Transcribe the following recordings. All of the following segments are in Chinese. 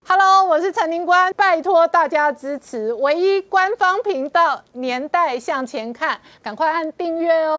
Hello， 我是陈宁官，拜托大家支持唯一官方频道《年代向前看》，赶快按订阅哦。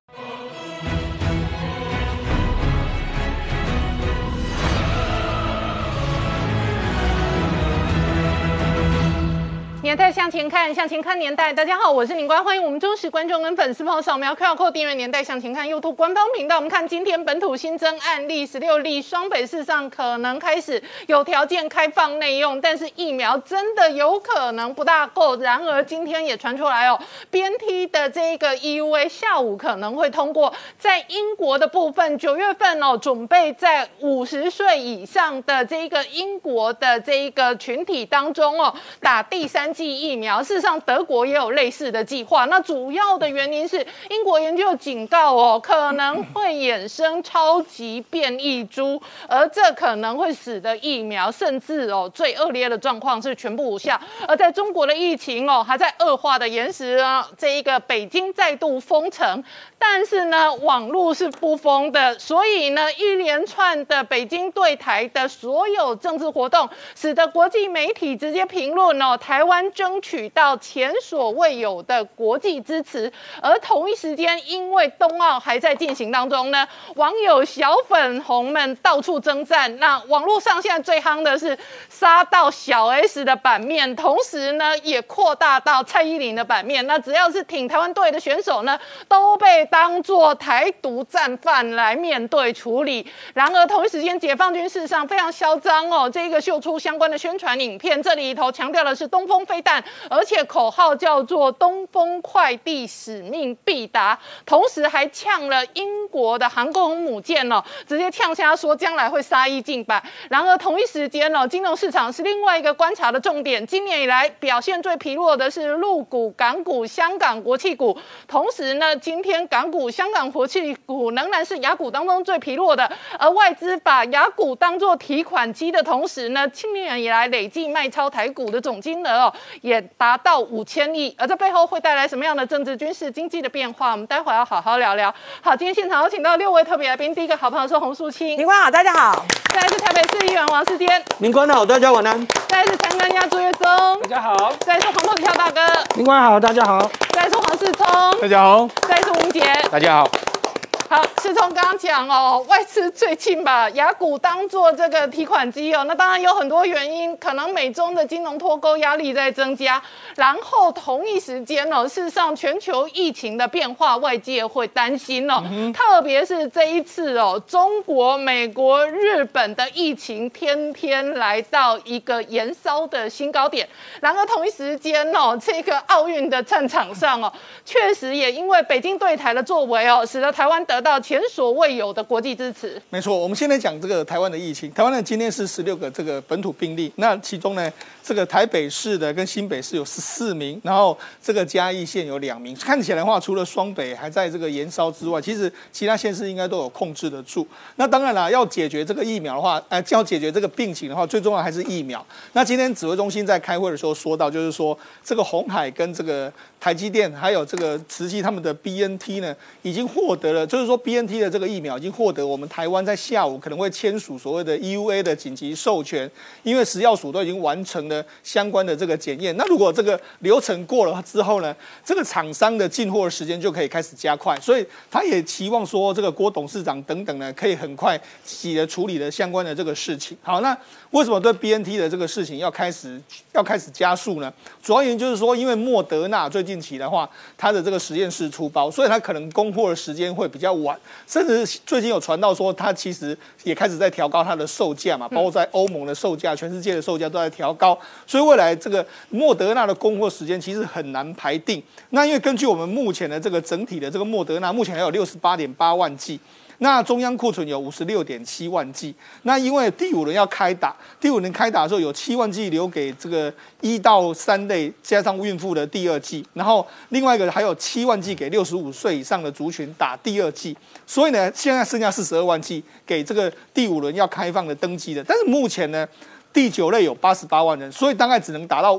年代向前看，向前看年代。大家好，我是宁官，欢迎我们忠实观众跟粉丝朋友扫描 QR Code 订阅《年代向前看》YouTube 官方频道。我们看今天本土新增案例16例，双北市上可能开始有条件开放内用，但是疫苗真的有可能不大够。然而今天也传出来哦 ，BNT 的这个 EUA 下午可能会通过。在英国的部分，9月份哦，准备在50岁以上的这个英国的这个群体当中哦，打第3剂疫苗。事实上，德国也有类似的计划。那主要的原因是，英国研究警告哦，可能会衍生超级变异株，而这可能会使得疫苗甚至哦最恶劣的状况是全部无效。而在中国的疫情哦还在恶化的延时啊，这一个北京再度封城，但是呢网络是不封的，所以呢一连串的北京对台的所有政治活动，使得国际媒体直接评论哦，台湾争取到前所未有的国际支持。而同一时间，因为冬奥还在进行当中呢，网友小粉红们到处征战。那网络上现在最夯的是杀到小 S 的版面，同时呢也扩大到蔡依林的版面。那只要是挺台湾队的选手呢，都被当作台独战犯来面对处理。然而同一时间，解放军事实上非常嚣张哦，这个秀出相关的宣传影片，这里头强调的是东风飞弹，而且口号叫做东风快递使命必达，同时还呛了英国的航空母舰哦，直接呛下说将来会杀一儆百。然而同一时间哦，金融市场是另外一个观察的重点。今年以来表现最疲弱的是陆股、港股、香港国企股，同时呢，今天港股、香港国企股仍然是亚股当中最疲弱的。而外资把亚股当作提款机的同时呢，今年以来累计卖超台股的总金额哦，也达到5000亿。而这背后会带来什么样的政治、军事、经济的变化？我们待会要好好聊聊。好，今天现场有请到6位特别来宾，第一个好朋友是洪淑清， 宁官好，大家好。 再来是台北市议员王世坚， 宁官好，大家晚安。 再来是陈根亚朱月忠， 大家好。 再来是黄豆条大哥， 宁官好，大家好。 再来是黄世聪， 大家好。 再来是吴杰， 大家好。 好，世聪刚刚讲哦，外资最近把亚股当作这个提款机哦，那当然有很多原因，可能美中的金融脱钩压力在增加，然后同一时间哦，事实上全球疫情的变化，外界会担心哦，特别是这一次哦，中国、美国、日本的疫情天天来到一个延烧的新高点，然而同一时间哦，这个奥运的战场上哦，确实也因为北京对台的作为哦，使得台湾得到前所未有的国际支持。 没错，我们现在讲这个台湾的疫情，台湾呢今天是16个这个本土病例，那其中呢，这个台北市的跟新北市有14名，然后这个嘉义县有2名。看起来的话，除了双北还在这个延烧之外，其实其他县市应该都有控制得住。那当然啦，要解决这个疫苗的话，要解决这个病情的话，最重要还是疫苗。那今天指挥中心在开会的时候说到，就是说这个鸿海跟这个台积电还有这个慈禧他们的 BNT 呢，已经获得了，就是说 BNT 的这个疫苗已经获得我们台湾在下午可能会签署所谓的 EUA 的紧急授权，因为食药署都已经完成了相关的这个检验。那如果这个流程过了之后呢，这个厂商的进货的时间就可以开始加快，所以他也期望说这个郭董事长等等呢，可以很快积极的处理了相关的这个事情。好，那为什么对 BNT 的这个事情要开始加速呢？主要原因就是说，因为莫德纳最近期的话，它的这个实验室出包，所以它可能供货的时间会比较晚，甚至最近有传到说，它其实也开始在调高它的售价嘛，包括在欧盟的售价、全世界的售价都在调高，所以未来这个莫德纳的供货时间其实很难排定。那因为根据我们目前的这个整体的这个莫德纳，目前还有68.8万剂。那中央库存有56.7万剂，那因为第5轮要开打，第5轮开打的时候有7万剂留给这个1到3类加上孕妇的第2剂，然后另外一个还有7万剂给65岁以上的族群打第2剂，所以呢，现在剩下42万剂给这个第5轮要开放的登记的，但是目前呢，第9类有88万人，所以大概只能达到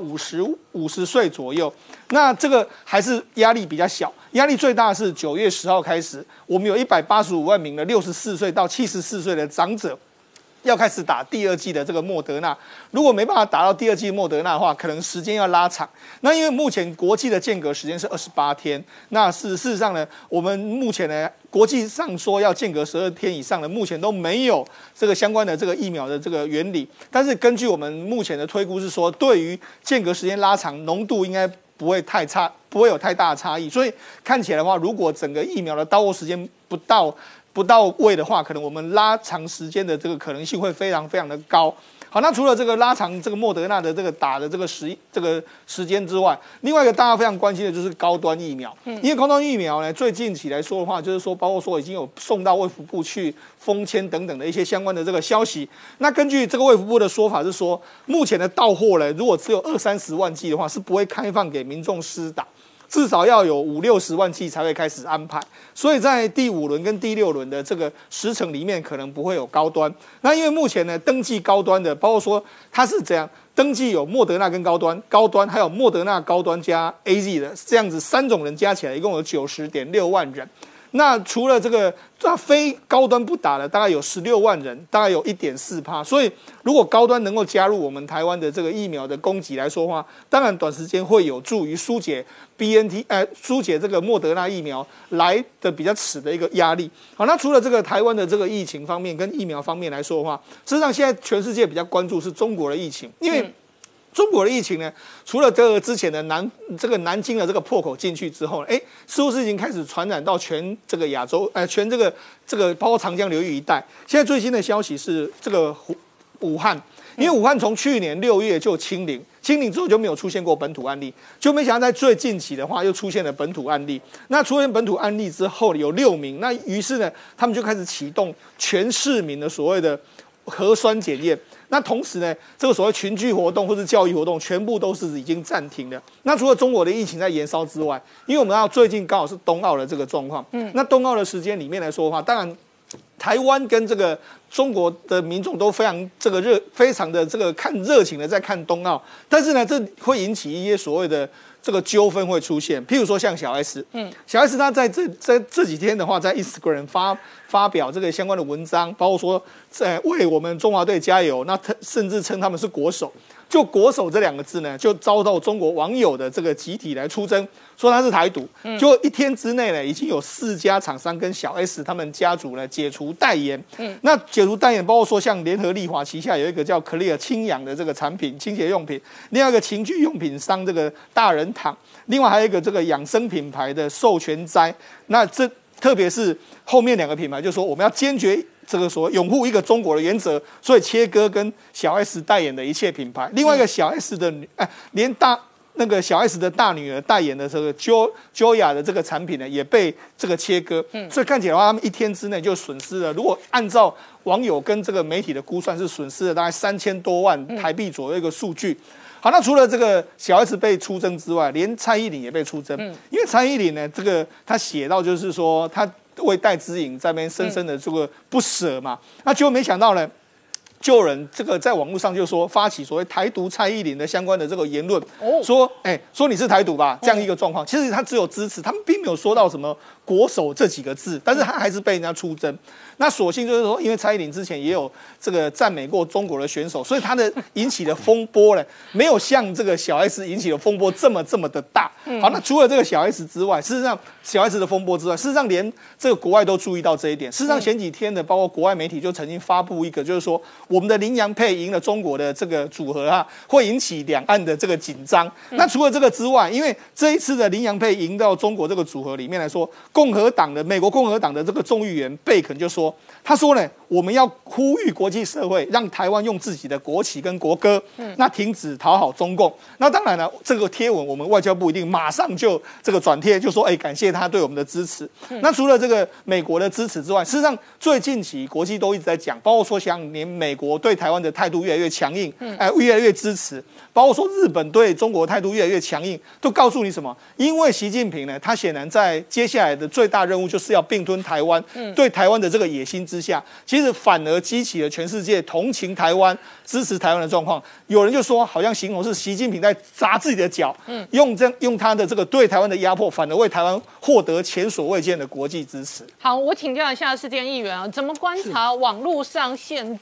50岁左右。那这个还是压力比较小，压力最大的是9月10号开始，我们有185万名的64岁到74岁的长者要开始打第2剂的这个莫德纳。如果没办法打到第2剂莫德纳的话，可能时间要拉长。那因为目前国际的间隔时间是28天，那事实上呢，我们目前呢，国际上说要间隔12天以上的，目前都没有这个相关的这个疫苗的这个原理。但是根据我们目前的推估是说，对于间隔时间拉长，浓度应该不会太差，不会有太大的差异。所以看起来的话，如果整个疫苗的到货时间不到位的话，可能我们拉长时间的这个可能性会非常非常的高。好，那除了这个拉长这个莫德纳的这个打的这个时间之外，另外一个大家非常关心的就是高端疫苗。因为高端疫苗呢，最近期来说的话，就是说包括说已经有送到卫福部去封签等等的一些相关的这个消息。那根据这个卫福部的说法是说，目前的到货呢，如果只有20-30万剂的话，是不会开放给民众施打。至少要有50-60万剂才会开始安排，所以在第5轮跟第6轮的这个时程里面，可能不会有高端。那因为目前呢，登记高端的，包括说它是怎样登记有莫德纳跟高端还有莫德纳高端加 AZ 的这样子3种人加起来，一共有90.6万人。那除了这个非高端不打的，大概有16万人，大概有1.4%。所以，如果高端能够加入我们台湾的这个疫苗的供给来说的话，当然短时间会有助于疏解疏解这个莫德纳疫苗来的比较迟的一个压力。好，那除了这个台湾的这个疫情方面跟疫苗方面来说的话，事实上现在全世界比较关注是中国的疫情，因为中国的疫情呢，除了这个之前的南京的这个破口进去之后，似乎是已经开始传染到全这个亚洲，全这个包括长江流域一带。现在最新的消息是这个武汉，因为武汉从去年6月就清零之后就没有出现过本土案例，就没想到在最近期的话又出现了本土案例。那出现本土案例之后有6名，那于是呢，他们就开始启动全市民的所谓的核酸检验。那同时呢，这个所谓群聚活动或是教育活动，全部都是已经暂停的。那除了中国的疫情在延烧之外，因为我们要最近刚好是冬奥的这个状况，那冬奥的时间里面来说的话，当然台湾跟这个中国的民众都非常的这个看热情的在看冬奥，但是呢，这会引起一些所谓的这个纠纷会出现，譬如说像小 S，小 S 他在这几天的话，在 Instagram 发表这个相关的文章，包括说为我们中华队加油，那甚至称他们是国手。就国手这2个字呢，就遭到中国网友的这个集体来出征，说他是台独。就1天之内呢，已经有4家厂商跟小 S 他们家族呢解除代言。那解除代言，包括说像联合利华旗下有一个叫 Clear 清氧的这个产品清洁用品，另外一个情趣用品商这个大人堂，另外还有一个这个养生品牌的授权斋。那这特别是后面2个品牌，就说我们要坚决这个所谓拥护一个中国的原则，所以切割跟小 S 代言的一切品牌。另外一个小 S 的连小 S 的大女儿代言的这个 Joya 的这个产品呢，也被这个切割。所以看起来的话，他们1天之内就损失了，如果按照网友跟这个媒体的估算，是损失了大概3000多万台币左右一个数据。好，那除了这个小 S 被出征之外，连蔡依林也被出征。因为蔡依林呢，这个他写到就是说，他为戴资颖在那边深深的这个不舍嘛，那结果没想到呢，就有人这个在网络上就说发起所谓台独蔡依林的相关的这个言论，说你是台独吧，这样一个状况。其实他只有支持，他们并没有说到什么国手这几个字，但是他还是被人家出征。那所幸就是说，因为蔡依林之前也有这个赞美过中国的选手，所以他的引起的风波呢，没有像这个小 S 引起的风波这么的大。好，那除了这个小 S 之外，事实上小 S 的风波之外，事实上连这个国外都注意到这一点。事实上前几天的，包括国外媒体就曾经发布一个，就是说我们的麟洋配赢了中国的这个组合会引起两岸的这个紧张。那除了这个之外，因为这一次的麟洋配赢到中国这个组合里面来说，美国共和党的这个众议员贝肯就说，他说呢，我们要呼吁国际社会让台湾用自己的国旗跟国歌，那停止讨好中共。那当然了，这个贴文我们外交部一定马上就这个转贴，就说感谢他对我们的支持。那除了这个美国的支持之外，事实上最近期国际都一直在讲，包括说像连美国对台湾的态度越来越强硬，越来越支持，包括说日本对中国态度越来越强硬，都告诉你什么？因为习近平呢，他显然在接下来的最大任务就是要并吞台湾，对台湾的这个野心之下，其实反而激起了全世界同情台湾、支持台湾的状况。有人就说，好像形容是习近平在砸自己的脚，用他的这个对台湾的压迫，反而为台湾获得前所未见的国际支持。 好，我请教一下世坚议员啊，怎么观察网络上现在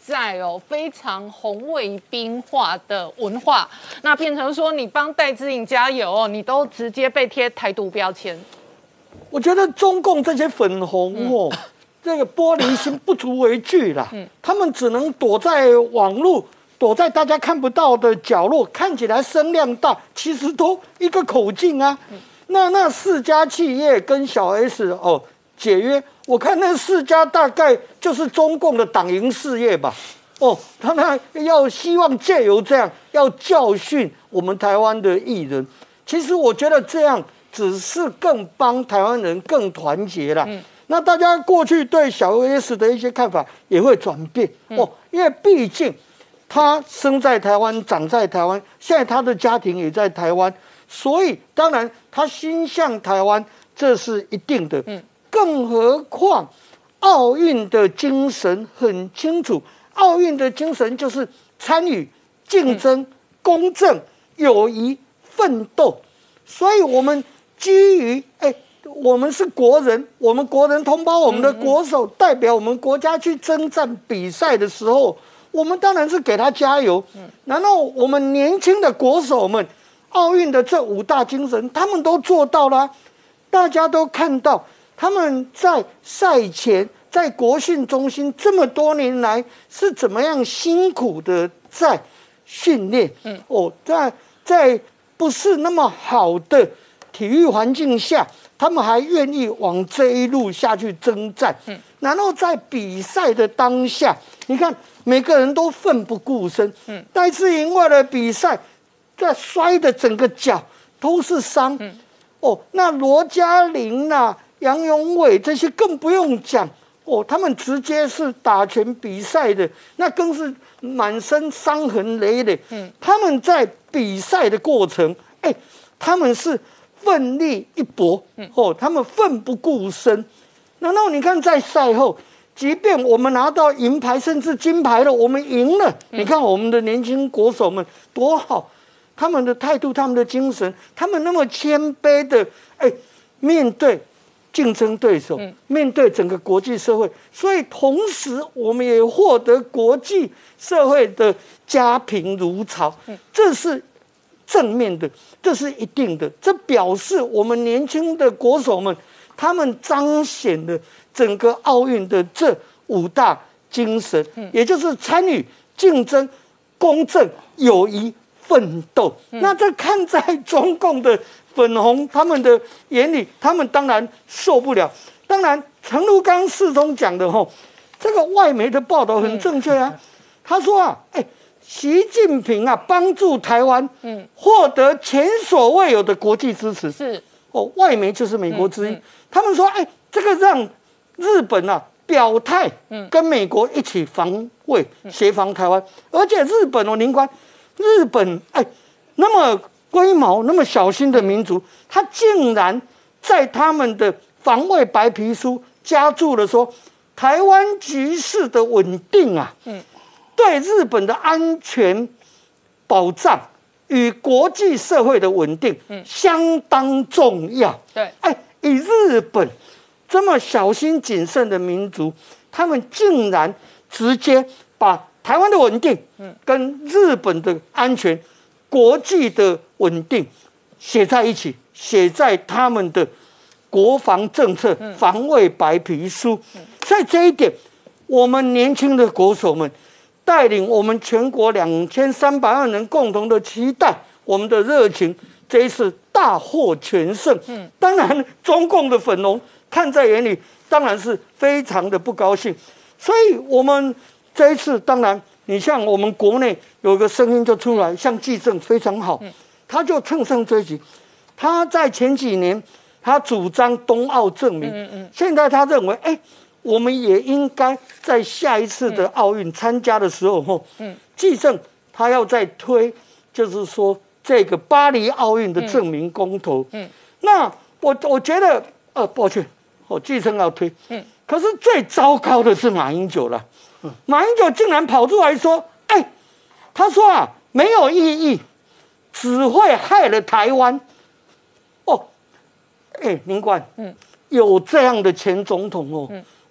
哦，非常红卫兵化的文化，那变成说你帮戴资颖加油哦，你都直接被贴台独标签。 我觉得中共这些粉红哦，这个玻璃心不足为惧啦，他们只能躲在网络。躲在大家看不到的角落，看起来声量大，其实都一个口径啊。那4家企业跟小 S 哦解约，我看那4家大概就是中共的党营事业吧。哦，他们要希望借由这样要教训我们台湾的艺人。其实我觉得这样只是更帮台湾人更团结啦。那大家过去对小 S 的一些看法也会转变哦，因为毕竟。他生在台湾，长在台湾，现在他的家庭也在台湾，所以当然他心向台湾，这是一定的。更何况奥运的精神很清楚，奥运的精神就是参与、竞争、公正、友谊、奋斗。所以我们基于我们是国人，我们国人同胞，我们的国手代表我们国家去征战比赛的时候。我们当然是给他加油，然后我们年轻的国手们，奥运的这5大精神，他们都做到了，大家都看到他们在赛前，在国训中心这么多年来是怎么样辛苦的在训练，在不是那么好的体育环境下，他们还愿意往这一路下去征战，然后在比赛的当下，你看。每个人都奋不顾身。戴资颖为了比赛，在摔的整个脚都是伤。那罗嘉玲啦、杨永伟这些更不用讲。他们直接是打拳比赛的，那更是满身伤痕累累。他们在比赛的过程，他们是奋力一搏。他们奋不顾身。然后你看在赛后。即便我们拿到银牌甚至金牌了，我们赢了。你看我们的年轻国手们多好，他们的态度、他们的精神，他们那么谦卑的，面对竞争对手，面对整个国际社会，所以同时我们也获得国际社会的家贫如潮，这是正面的，这是一定的。这表示我们年轻的国手们，他们彰显了。整个奥运的这5大精神，也就是参与、竞争、公正、友谊、奋斗。那这看在中共的粉红他们的眼里，他们当然受不了。当然，诚如刚世忠讲的这个外媒的报道很正确啊。他说习近平帮助台湾获得前所未有的国际支持。是外媒就是美国之音，他们说这个让。日本表态，跟美国一起防卫、协防台湾，而且日本您观，日本那么龟毛、那么小心的民族，他竟然在他们的防卫白皮书加注了说，台湾局势的稳定对日本的安全保障与国际社会的稳定相当重要。对，以日本。这么小心谨慎的民族，他们竟然直接把台湾的稳定，跟日本的安全、国际的稳定写在一起，写在他们的国防政策、防卫白皮书。在这一点，我们年轻的国手们带领我们全国2300万人共同的期待，我们的热情这一次大获全胜。当然，中共的粉红。看在眼里，当然是非常的不高兴。所以，我们这一次，当然，你像我们国内有个声音就出来，像纪政非常好，他就乘胜追击。他在前几年，他主张冬奥正名，现在他认为，我们也应该在下一次的奥运参加的时候，纪政他要再推，就是说这个巴黎奥运的正名公投。那我觉得，抱歉。纪政要推，可是最糟糕的是马英九了。马英九竟然跑出来说：“他说没有意义，只会害了台湾。”您看，有这样的前总统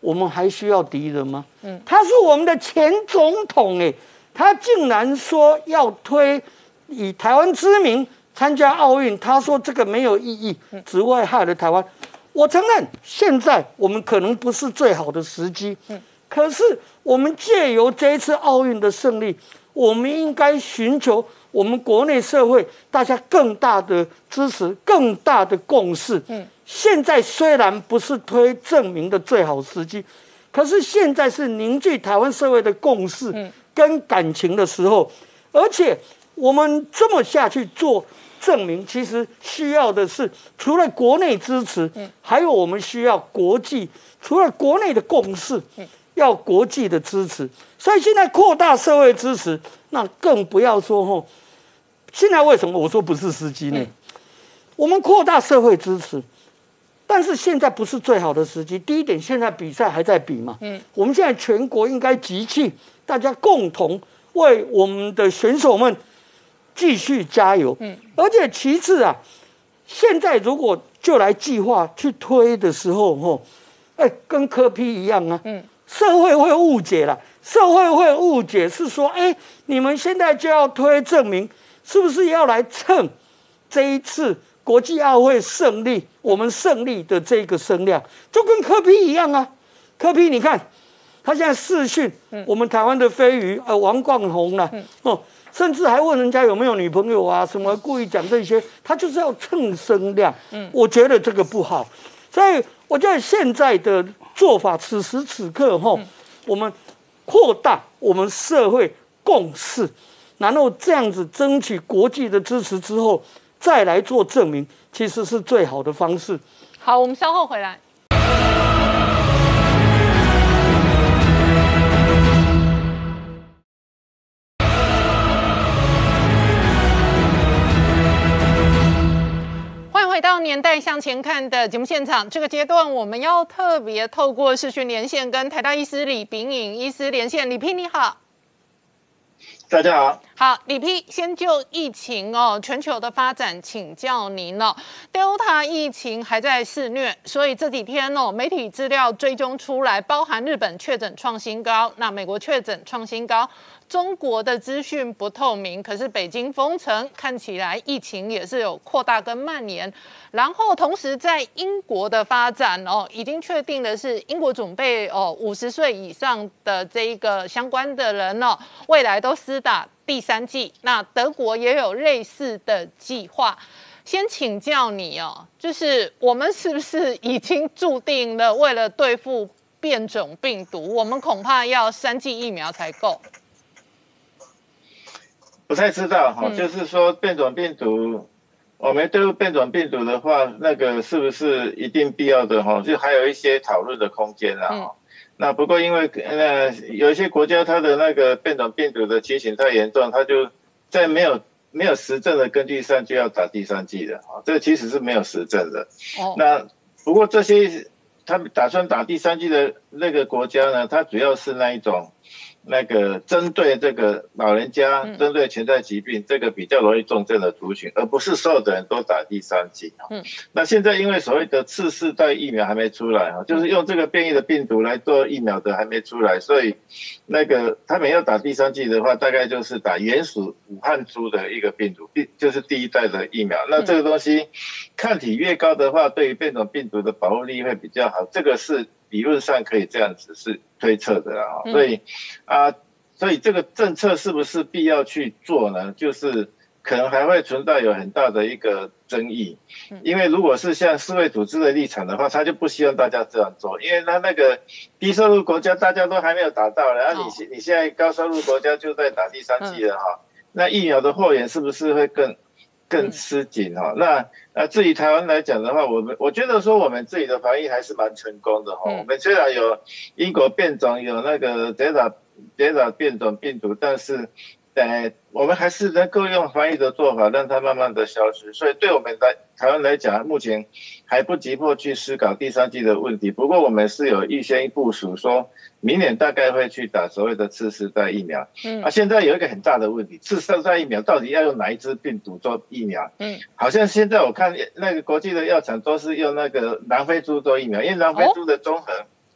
我们还需要敌人吗？他是我们的前总统他竟然说要以台湾之名参加奥运，他说这个没有意义，只会害了台湾。我承认，现在我们可能不是最好的时机，可是我们借由这一次奥运的胜利，我们应该寻求我们国内社会大家更大的支持、更大的共识。现在虽然不是推证明的最好时机，可是现在是凝聚台湾社会的共识跟感情的时候，而且我们这么下去做证明，其实需要的是除了国内支持，还有我们需要国际，除了国内的共识，要国际的支持。所以现在扩大社会支持，那更不要说现在为什么我说不是时机呢？我们扩大社会支持，但是现在不是最好的时机。第一点，现在比赛还在比嘛，我们现在全国应该集气，大家共同为我们的选手们继续加油。而且其次现在如果就来计划去推的时候，跟柯 P 一样社会会误解了，社会会误解是说，你们现在就要推证明，是不是要来蹭这一次国际奥会胜利，我们胜利的这个声量，就跟柯 P 一样啊。柯 P 你看，他现在视讯我们台湾的飞鱼王冠宏啦，甚至还问人家有没有女朋友啊，什么故意讲这些，他就是要蹭声量。我觉得这个不好，所以我觉得现在的做法，此时此刻我们扩大我们社会共识，然后这样子争取国际的支持之后，再来做证明，其实是最好的方式。 好，我们稍后回来。回到年代向前看的节目现场，这个阶段我们要特别透过视讯连线跟台大医师李秉颖医师连线。李 P 你好。 大家好。 好，李 P 先就疫情全球的发展请教您Delta 疫情还在肆虐，所以这几天媒体资料追踪出来，包含日本确诊创新高，那美国确诊创新高。中国的资讯不透明，可是北京封城，看起来疫情也是有扩大跟蔓延。然后同时在英国的发展已经确定的是英国准备50岁以上的这一个相关的人未来都施打第3剂。那德国也有类似的计划。先请教你就是我们是不是已经注定了为了对付变种病毒，我们恐怕要3剂疫苗才够？ 不太知道就是说变种病毒，我们对付变种病毒的话，那个是不是一定必要的就还有一些讨论的空间那不过因为有一些国家它的那个变种病毒的情形太严重，它就在没有实证的根据上就要打第3剂的这个其实是没有实证的。那不过这些他们打算打第3剂的那个国家呢，它主要是那个针对这个老人家，针对潜在疾病，这个比较容易重症的族群，而不是所有的人都打第3剂。那现在因为所谓的次世代疫苗还没出来就是用这个变异的病毒来做疫苗的还没出来，所以那个他们要打第3剂的话，大概就是打原属武汉株的一个病毒，就是第1代的疫苗。那这个东西抗体越高的话，对于变种病毒的保护力会比较好，这个是理论上可以这样子是推测的所以这个政策是不是必要去做呢？就是可能还会存在有很大的一个争议，因为如果是像世卫组织的立场的话，他就不希望大家这样做，因为他那个低收入国家大家都还没有打到，然后你现在高收入国家就在打第3剂了那疫苗的货源是不是会更吃紧那至于台湾来讲的话，我觉得说我们自己的防疫还是蛮成功的我们虽然有英国变种，有那个Delta变种病毒，但是我们还是能够用防疫的做法让它慢慢的消失，所以对我们台湾来讲，目前还不急迫去思考第3剂的问题。不过我们是有预先部署，说明年大概会去打所谓的次世代疫苗。现在有一个很大的问题，次世代疫苗到底要用哪一支病毒做疫苗？好像现在我看那个国际的药厂都是用那个南非猪做疫苗，因为南非猪的综合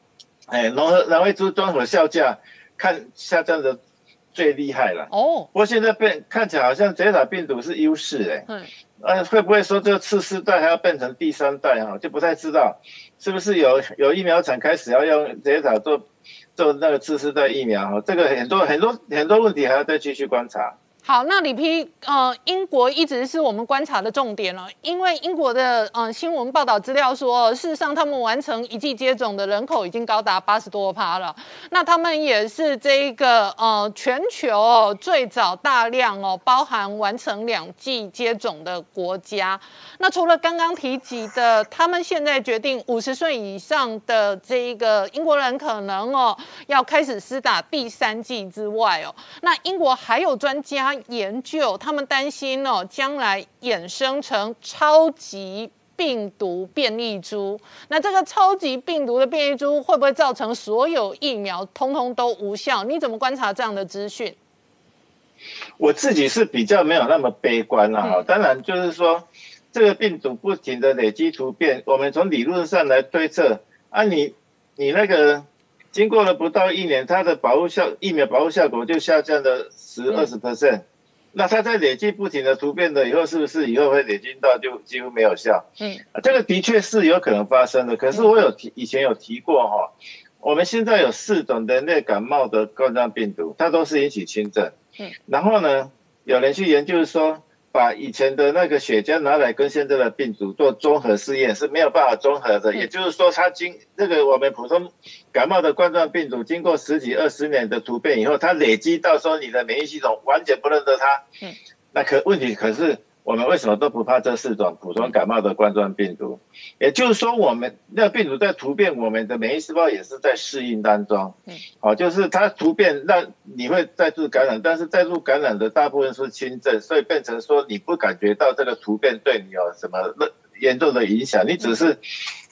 南非猪综合效价看下降的最厉害了。不过现在看起来好像德尔塔病毒是优势会不会说这次世代还要变成第3代就不太知道，是不是有疫苗厂开始要用德尔塔做那个次世代疫苗这个很多问题还要再继续观察。 好，那李批，英国一直是我们观察的重点了，因为英国的新闻报道资料说，事实上他们完成1剂接种的人口已经高达80多%了。那他们也是这个全球最早大量包含完成2剂接种的国家。那除了刚刚提及的，他们现在决定50岁以上的这一个英国人可能要开始施打第3剂之外那英国还有专家研究，他们担心将来衍生成超级病毒变异株。那这个超级病毒的变异株会不会造成所有疫苗通通都无效？你怎么观察这样的资讯？ 我自己是比较没有那么悲观当然就是说这个病毒不停的累积突变，我们从理论上来推测你那个经过了不到1年，它的疫苗保护效果就下降了10-20%。那它在累积不停的突变的以后，是不是以后会累积到就几乎没有效？这个的确是有可能发生的。可是我以前有提过我们现在有4种人类感冒的冠状病毒，它都是引起轻症。然后呢，有人去研究说，把以前的那个血浆拿来跟现在的病毒做综合试验是没有办法综合的，也就是说，它这个我们普通感冒的冠状病毒经过10几20年的突变以后，它累积到说你的免疫系统完全不认得它。那问题可是我们为什么都不怕这4种普通感冒的冠状病毒？也就是说，我们那个病毒在突变，我们的免疫细胞也是在适应当中。就是它突变让你会再度感染，但是再度感染的大部分是轻症，所以变成说你不感觉到这个突变对你有什么严重的影响，你只是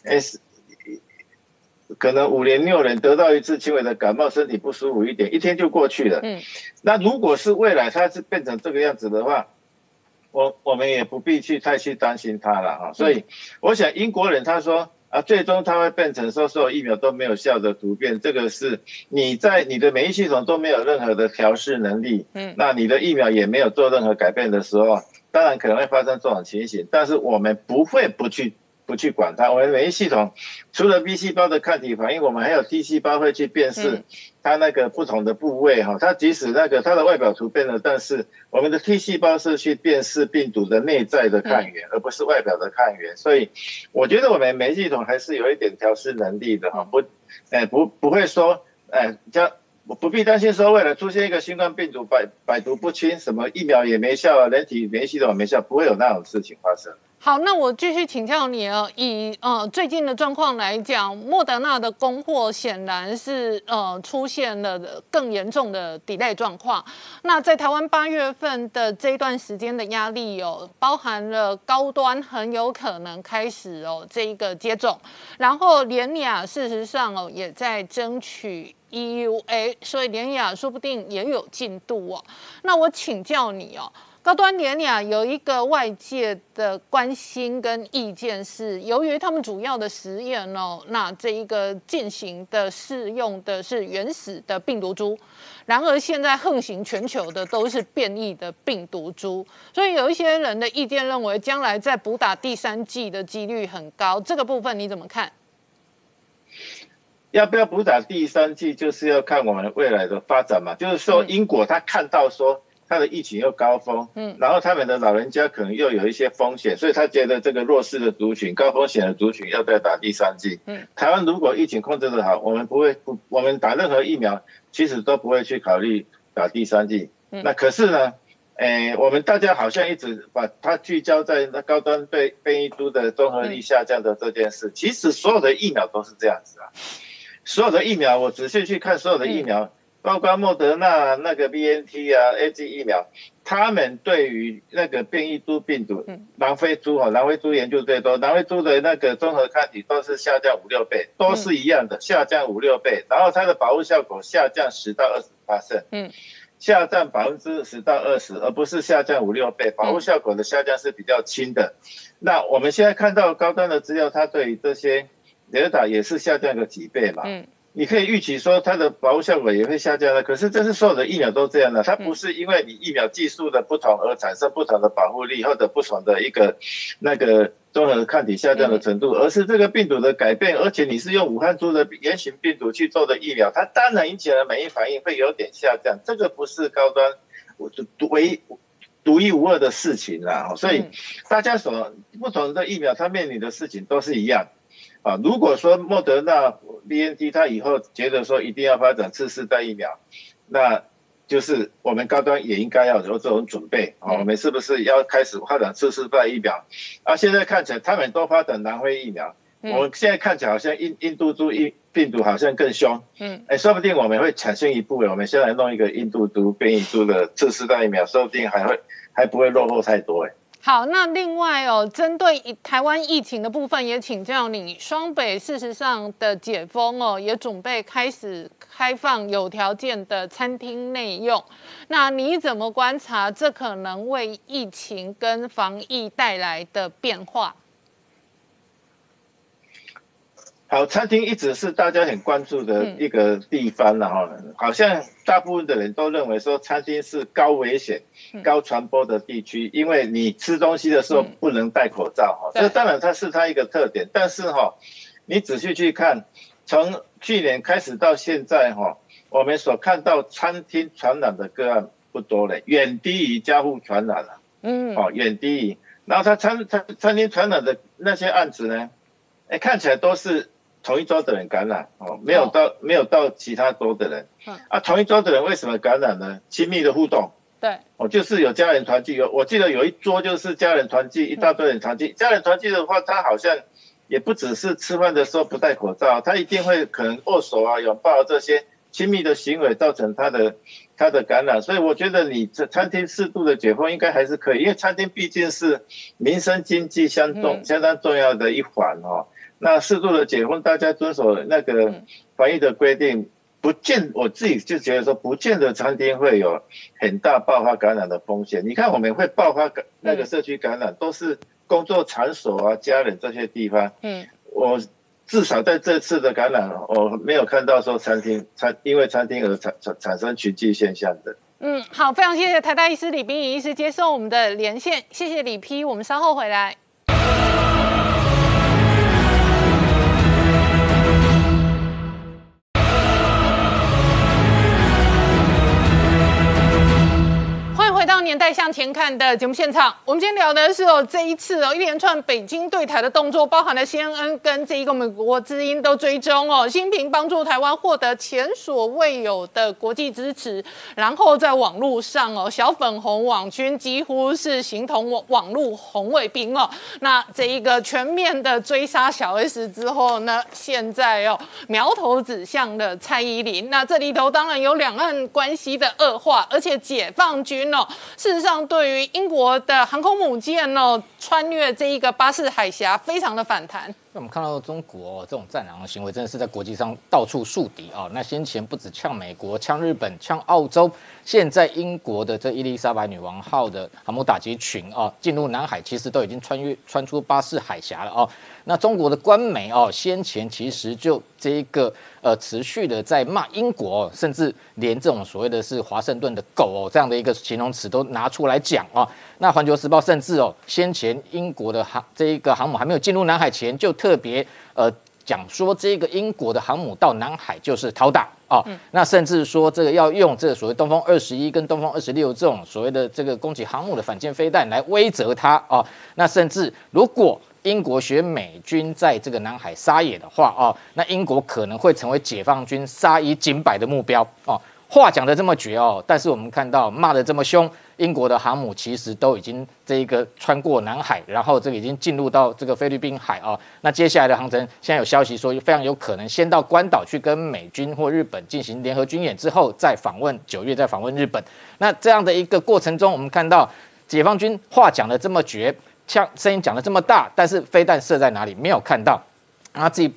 可能5年6年得到一次轻微的感冒，身体不舒服一点，1天就过去了。那如果是未来它是变成这个样子的话，我们也不必太去担心它了所以我想英国人他说最终它会变成说所有疫苗都没有效的突变，这个是你在你的免疫系统都没有任何的调试能力，那你的疫苗也没有做任何改变的时候，当然可能会发生这种情形，但是我们不会不去管它。我们免疫系统除了 B 细胞的抗体反应，我们还有 T 细胞会去辨识它那个不同的部位它即使那个它的外表突变了，但是我们的 T 细胞是去辨识病毒的内在的抗原，而不是外表的抗原。所以我觉得我们免疫系统还是有一点调试能力的不会说不必担心说未来出现一个新冠病毒百毒不侵，什么疫苗也没效人体免疫系统也没效，不会有那种事情发生。 好，那我继续请教你以最近的状况来讲，莫德纳的供货显然是出现了更严重的 delay 状况。那在台湾8月份的这一段时间的压力包含了高端很有可能开始这一个接种，然后联亚事实上也在争取 EUA， 所以联亚说不定也有进度那我请教你高端联亚有一个外界的关心跟意见是，由于他们主要的实验那这一个进行的试用的是原始的病毒株，然而现在横行全球的都是变异的病毒株，所以有一些人的意见认为，将来再补打第3剂的几率很高，这个部分你怎么看？ 要不要补打第3剂，就是要看我们未来的发展嘛。就是说，英国他看到说他的疫情又高峰，然后他们的老人家可能又有一些风险，所以他觉得这个弱势的族群、高风险的族群要再打第3剂。台湾如果疫情控制得好，我们打任何疫苗其实都不会去考虑打第3剂。那可是呢，我们大家好像一直把它聚焦在那高端变异株的综合力下降的这件事，其实所有的疫苗都是这样子所有的疫苗，我仔细去看所有的疫苗，包括莫德纳、那个 BNT AZ 疫苗，他们对于那个变异株病毒，南非猪研究最多，南非猪的那个综合抗体都是下降5-6倍，都是一样的，下降5-6倍，然后它的保护效果下降10%到20%，下降10%到20%，而不是下降5-6倍，保护效果的下降是比较轻的。那我们现在看到高端的资料，它对于这些德尔塔也是下降个几倍嘛。 你可以预期说它的保护效果也会下降的。可是这是所有的疫苗都这样的，它不是因为你疫苗技术的不同而产生不同的保护力或者不同的一个那个综合抗体下降的程度，而是这个病毒的改变，而且你是用武汉株的原型病毒去做的疫苗，它当然引起的免疫反应会有点下降，这个不是高端独一无二的事情啦。所以大家所不同的疫苗，它面临的事情都是一样。如果说莫德纳 BNT 它以后觉得说一定要发展次世代疫苗，那就是我们高端也应该要有这种准备。我们是不是要开始发展次世代疫苗？现在看起来他们都发展南非疫苗，我们现在看起来好像印度株病毒好像更凶，说不定我们会抢先一步，我们先来弄一个印度株变异株的次世代疫苗，说不定还不会落后太多。 好，那另外针对台湾疫情的部分，也请教你，双北事实上的解封也准备开始开放有条件的餐厅内用，那你怎么观察这可能为疫情跟防疫带来的变化？ 好，餐厅一直是大家很关注的一个地方好像大部分的人都认为说餐厅是高危险、高传播的地区，因为你吃东西的时候不能戴口罩这当然它是它一个特点，但是你仔细去看，从去年开始到现在我们所看到餐厅传染的个案不多了，远低于家户传染了，远低于，然后它餐厅传染的那些案子呢，看起来都是同一州的人感染没有到其他州的人同一州的人为什么感染呢？亲密的互动， 对就是有家人团聚，我记得有一桌就是家人团聚，一大堆人团聚。家人团聚的话，他好像也不只是吃饭的时候不戴口罩，他一定会可能握手拥抱这些亲密的行为造成他的感染。所以我觉得你餐厅适度的解封应该还是可以，因为餐厅毕竟是民生经济相当重要的一环那适度的解封，大家遵守那个防疫的规定，我自己就觉得说，不见得餐厅会有很大爆发感染的风险。你看我们会爆发那个社区感染，都是工作场所家人这些地方。我至少在这次的感染，我没有看到说因为餐厅而产生群聚现象的。 好，非常谢谢台大医师李秉颖医师接受我们的连线，谢谢李批，我们稍后回来。回到年代向前看的节目现场，我们今天聊的是这一次一连串北京对台的动作，包含了 CNN 跟这一个美国之音都追踪新平帮助台湾获得前所未有的国际支持，然后在网络上小粉红网军几乎是形同网络红卫兵那这一个全面的追杀小 S 之后呢，现在苗头指向了蔡依林，那这里头当然有两岸关系的恶化，而且解放军事实上，对于英国的航空母舰穿越这一个巴士海峡，非常的反弹。 我们看到中国这种战狼的行为，真的是在国际上到处树敌那先前不止呛美国、呛日本、呛澳洲，现在英国的这伊丽莎白女王号的航母打击群进入南海，其实都已经穿出巴士海峡了那中国的官媒先前其实就这一个持续的在骂英国甚至连这种所谓的是华盛顿的狗这样的一个形容词都拿出来讲那环球时报甚至先前英国的这一个航母还没有进入南海前，就特别讲说这个英国的航母到南海就是讨打那甚至说这个要用这个所谓东风21跟东风26这种所谓的这个攻击航母的反舰飞弹来威慑它那甚至如果英国学美军在这个南海撒野的话那英国可能会成为解放军杀一儆百的目标话讲得这么绝但是我们看到骂得这么凶，英国的航母其实都已经这一个穿过南海，然后这个已经进入到这个菲律宾海那接下来的航程，现在有消息说非常有可能先到关岛去跟美军或日本进行联合军演，之后再访问9月再访问日本。那这样的一个过程中，我们看到解放军话讲得这么绝，像声音讲得这么大，但是飞弹射在哪里没有看到，他自己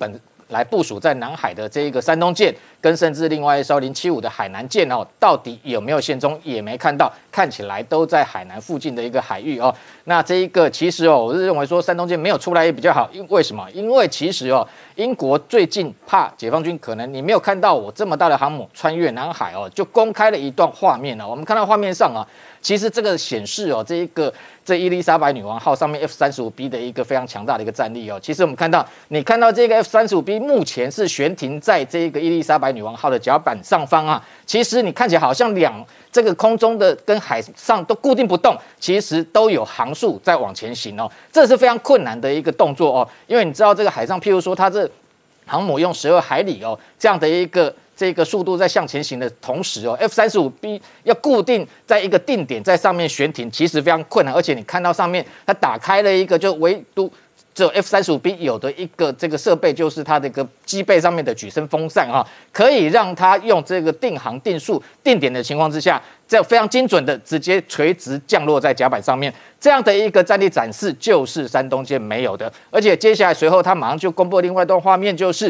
来部署在南海的这一个山东舰，跟甚至另外一艘075的海南舰哦，到底有没有现踪也没看到，看起来都在海南附近的一个海域哦。那这一个其实哦，我是认为说山东舰没有出来也比较好，为什么？因为其实哦，英国最近怕解放军可能你没有看到我这么大的航母穿越南海哦，就公开了一段画面哦。我们看到画面上啊，其实这个显示哦，这伊丽莎白女王号上面 F-35B 的一个非常强大的一个战力哦。其实我们看到这个 F-35B 目前是悬停在这个伊丽莎白女王号的甲板上方啊。其实你看起来好像这个空中的跟海上都固定不动，其实都有航速在往前行哦。这是非常困难的一个动作哦，因为你知道这个海上，譬如说它这航母用12海里哦这样的一个。这个速度在向前行的同时哦 ，F-35B 要固定在一个定点在上面悬停，其实非常困难。而且你看到上面它打开了一个，就唯独只有 F-35B 有的一个这个设备，就是它的一个机背上面的举升风扇哈，可以让它用这个定航、定速、定点的情况之下，这样非常精准的直接垂直降落在甲板上面。这样的一个战力展示，就是山东舰没有的。而且接下来随后它马上就公布了另外一段画面，就是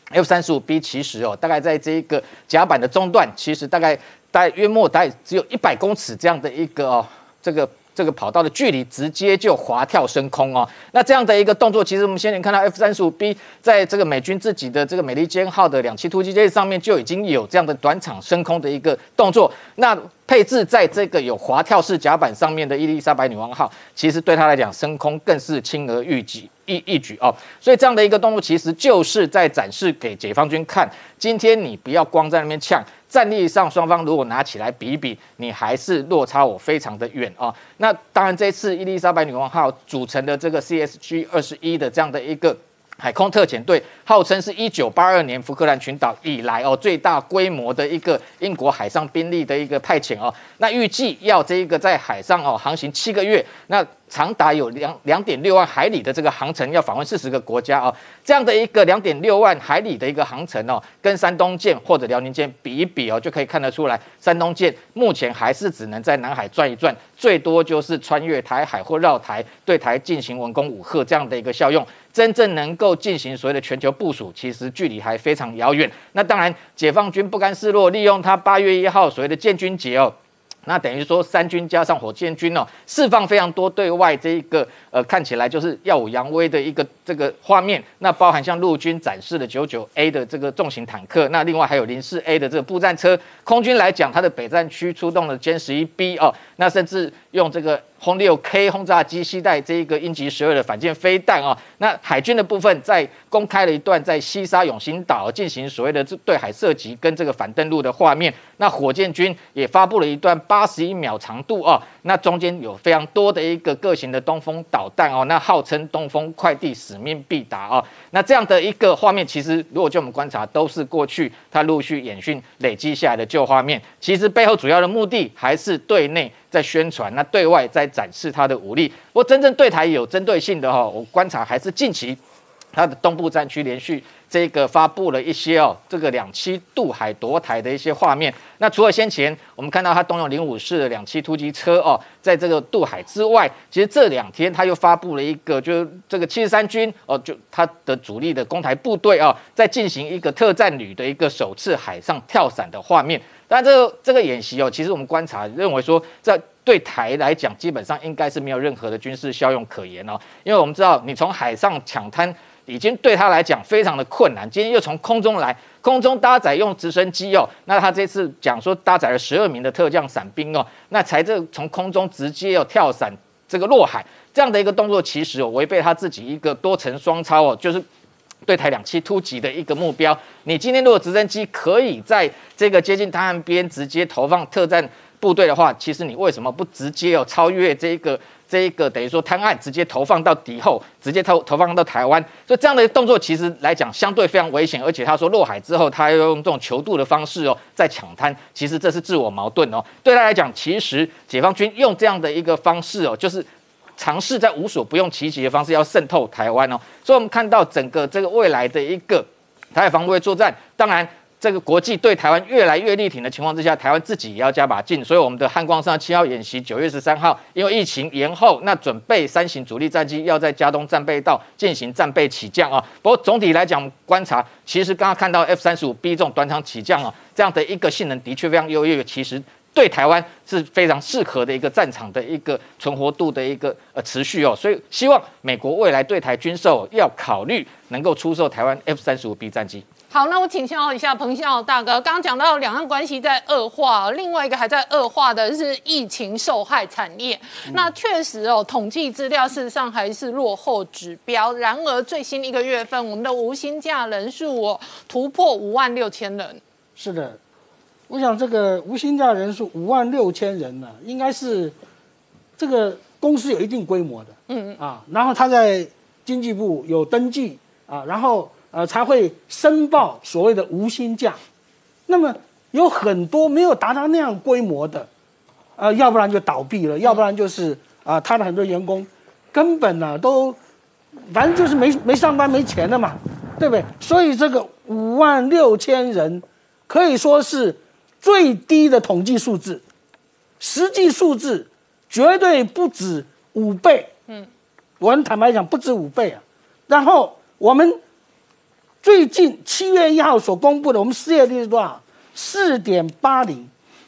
。F-35B 其实哦，大概在这一个甲板的中段，其实大概约莫只有100公尺这样的一个哦，这个跑道的距离，直接就滑跳升空哦。那这样的一个动作，其实我们先前看到 F-35B 在这个美军自己的这个美利坚号的2栖突击舰上面就已经有这样的短场升空的一个动作。那配置在这个有滑跳式甲板上面的伊丽莎白女王号，其实对它来讲升空更是轻而易举哦。所以这样的一个动作，其实就是在展示给解放军看，今天你不要光在那边呛，战力上双方如果拿起来比一比，你还是落差我非常的远哦。那当然，这次伊丽莎白女王号组成的这个 CSG-21的这样的一个。海空特遣队号称是1982年福克兰群岛以来哦最大规模的一个英国海上兵力的一个派遣哦。那预计要这一个在海上哦航行7个月，那长达有2.6万海里的这个航程，要访问40个国家哦。这样的一个2.6万海里的一个航程哦，跟山东舰或者辽宁舰比一比哦，就可以看得出来，山东舰目前还是只能在南海转一转，最多就是穿越台海或绕台，对台进行文攻武吓这样的一个效用。真正能够进行所谓的全球部署，其实距离还非常遥远。那当然，解放军不甘示弱，利用他8月1号所谓的建军节哦。那等于说三军加上火箭军哦，释放非常多对外这一个看起来就是耀武扬威的一个这个画面。那包含像陆军展示的99A 的这个重型坦克，那另外还有04A 的这个步战车。空军来讲，它的北战区出动了歼11B 哦，那甚至用这个轰6K 轰炸机携带这一个鹰击12的反舰飞弹啊。那海军的部分在公开了一段在西沙永兴岛进行所谓的对海射击跟这个反登陆的画面。那火箭军也发布了一段81秒长度哦，那中间有非常多的一个各型的东风导弹哦，那号称东风快递使命必达哦。那这样的一个画面，其实如果就我们观察，都是过去它陆续演训累积下来的旧画面。其实背后主要的目的还是对内在宣传，那对外在展示它的武力。不过真正对台有针对性的我观察还是近期它的东部战区连续这个发布了一些这个2栖渡海夺台的一些画面。那除了先前我们看到它动用054的2栖突击车在这个渡海之外，其实这2天它又发布了一个，就是这个73军就它的主力的攻台部队在进行一个特战旅的一个首次海上跳伞的画面。但这个演习其实我们观察认为说，在对台来讲，基本上应该是没有任何的军事效用可言因为我们知道你从海上抢滩已经对他来讲非常的困难，今天又从空中来，空中搭载用直升机那他这次讲说搭载了12名的特降伞兵那才从空中直接跳伞这个落海，这样的一个动作其实违背他自己一个多层双操就是对台2栖突击的一个目标。你今天如果直升机可以在这个接近滩岸边直接投放特战部队的话，其实你为什么不直接超越这一个等于说滩岸直接投放到敌后，直接投放到台湾？所以这样的动作其实来讲相对非常危险，而且他说落海之后他要用这种求渡的方式在抢滩，其实这是自我矛盾对他来讲，其实解放军用这样的一个方式就是尝试在无所不用其极的方式要渗透台湾所以我们看到整个这个未来的一个台海防卫作战，当然这个国际对台湾越来越力挺的情况之下，台湾自己也要加把劲。所以我们的汉光7号演习9月13号，因为疫情延后，那准备3型主力战机要在嘉东战备道进行战备起降啊。不过总体来讲，观察其实刚刚看到 F-35B 这种短场起降啊，这样的一个性能的确非常优越，其实对台湾是非常适合的一个战场的一个存活度的一个持续哦。所以希望美国未来对台军售要考虑能够出售台湾 F-35B 战机。 好，那我请教一下彭孝大哥，刚刚讲到两岸关系在恶化，另外一个还在恶化的是疫情受害产业。那确实哦，统计资料事实上还是落后指标。然而最新1个月份，我们的无薪假人数突破56000人。 是的，我想这个无薪假人数56000人呢，应该是这个公司有一定规模的，然后他在经济部有登记啊，然后才会申报所谓的无薪假。那么有很多没有达到那样规模的，要不然就倒闭了，要不然就是他的很多员工根本呢都反正就是没上班没钱了嘛，对不对？所以这个56000人可以说是最低的统计数字，实际数字绝对不止5倍。我很坦白讲，不止5倍啊。然后我们最近7月1号所公布的，我们失业率是多少？4.80，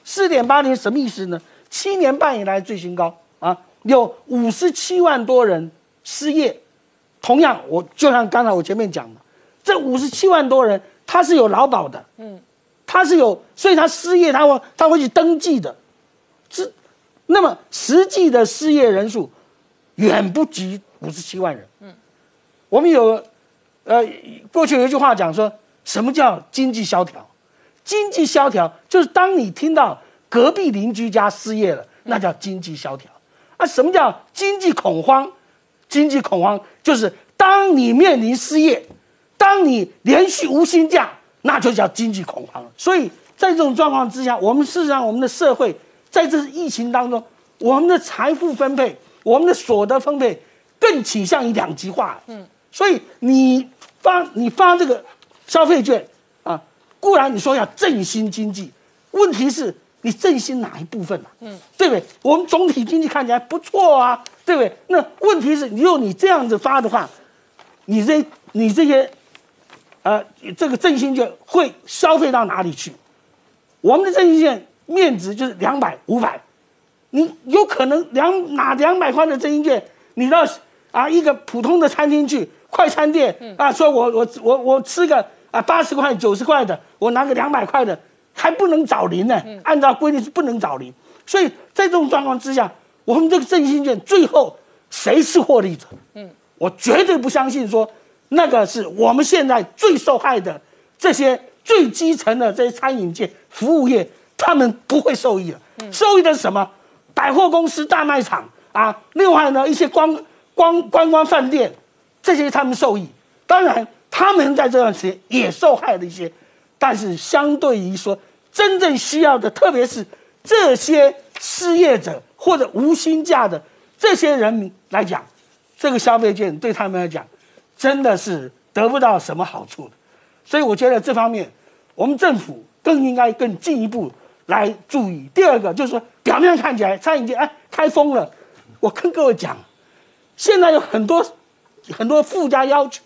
4.80什么意思呢？7年半以来最新高啊，有57万多人失业。同样，我就像刚才我前面讲的，这57万多人他是有劳保的，他是有，所以他失业他会去登记的，那么实际的失业人数远不及57万人。我们有过去有一句话讲说，什么叫经济萧条？经济萧条就是当你听到隔壁邻居家失业了，那叫经济萧条。什么叫经济恐慌？经济恐慌就是当你面临失业，当你连续无薪假，那就叫经济恐慌。所以在这种状况之下，我们事实上我们的社会在这疫情当中，我们的财富分配，我们的所得分配更倾向于两极化。所以你发这个消费券啊，固然你说要振兴经济，问题是你振兴哪一部分对不对？我们总体经济看起来不错啊，对不对？那问题是，如果你这样子发的话，你这些这个振兴券会消费到哪里去？我们的振兴券面值就是200、500，你有可能拿200块的振兴券，你到一个普通的餐厅去，快餐店说我吃个80块、90块的，我拿个200块的，还不能找零呢。按照规定是不能找零，所以在这种状况之下，我们这个振兴券最后谁是获利者？我绝对不相信说那个是我们现在最受害的这些最基层的这些餐饮界、服务业，他们不会受益的。受益的是什么？百货公司、大卖场另外呢一些观光饭店，这些他们受益。当然，他们在这段时间也受害了一些，但是相对于说真正需要的，特别是这些失业者或者无薪假的这些人民来讲，这个消费券对他们来讲真的是得不到什么好处的。所以我觉得这方面我们政府更应该更进一步来注意。第二个就是说，表面上看起来餐饮界开封了，我跟各位讲，现在有很多附加要求，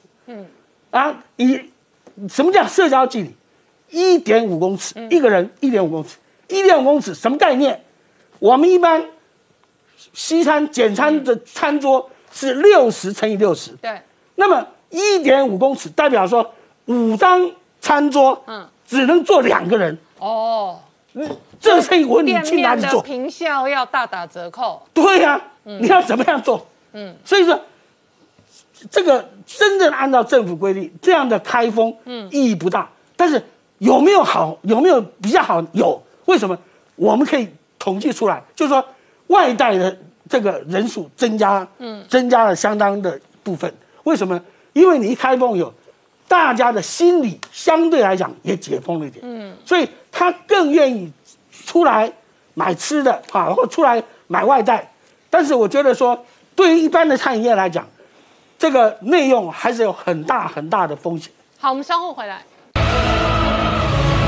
什么叫社交距离？1.5公尺，一个人1.5公尺，1.5公尺什么概念？我们一般西餐简餐的餐桌是60乘以60， 对， 那么1.5公尺代表说5张餐桌，只能坐2个人。这个生意你去哪里做？ 店面的坪效要大打折扣。 对呀，你要怎么样做？所以说这个真正按照政府规定这样的开封，意义不大。但是有没有好？有没有比较好？有。为什么？我们可以统计出来，就是说外带的这个人数增加了相当的部分。为什么？因为你一开封有大家的心理相对来讲也解封了一点，所以他更愿意出来买吃的或出来买外带。但是我觉得说，对于一般的餐饮业来讲，这个内用还是有很大很大的风险。 好，我们稍后回来。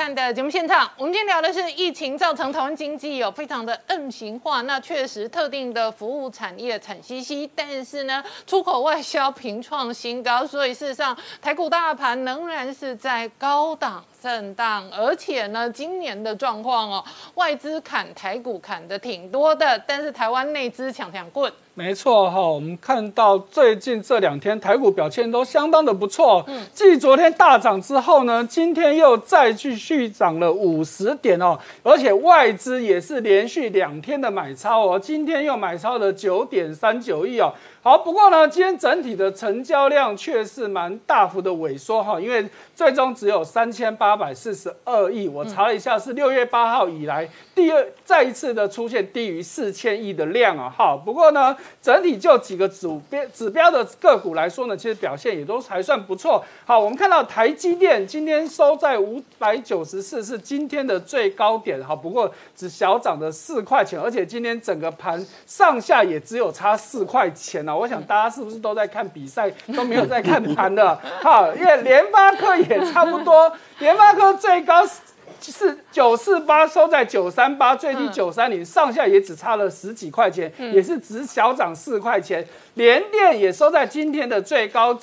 看的节目现场，我们今天聊的是疫情造成台湾经济非常的 M 型化，那确实特定的服务产业惨兮兮，但是呢出口外销频创新高，所以事实上台股大盘仍然是在高档震荡，而且呢今年的状况外资砍台股砍的挺多的，但是台湾内资抢棍。 没错哈，我们看到最近这2天台股表现都相当的不错。继昨天大涨之后呢，今天又再继续涨了50点哦，而且外资也是连续2天的买超哦，今天又买超了9.39亿哦。好，不过呢，今天整体的成交量却是蛮大幅的萎缩哈，因为最终只有3842亿，我查了一下，是6月8号以来再一次的出现低于4000亿的量啊。好，不过呢，整体就几个指标的个股来说呢，其实表现也都还算不错。好，我们看到台积电今天收在594，是今天的最高点。好，不过只小涨了4块钱，而且今天整个盘上下也只有差4块钱我想大家是不是都在看比赛，都没有在看盘的？好，因为联发科也差不多，联发科最高是948，收在938，最低930，上下也只差了10几块钱，也是只小涨4块钱。联电也收在今天的最高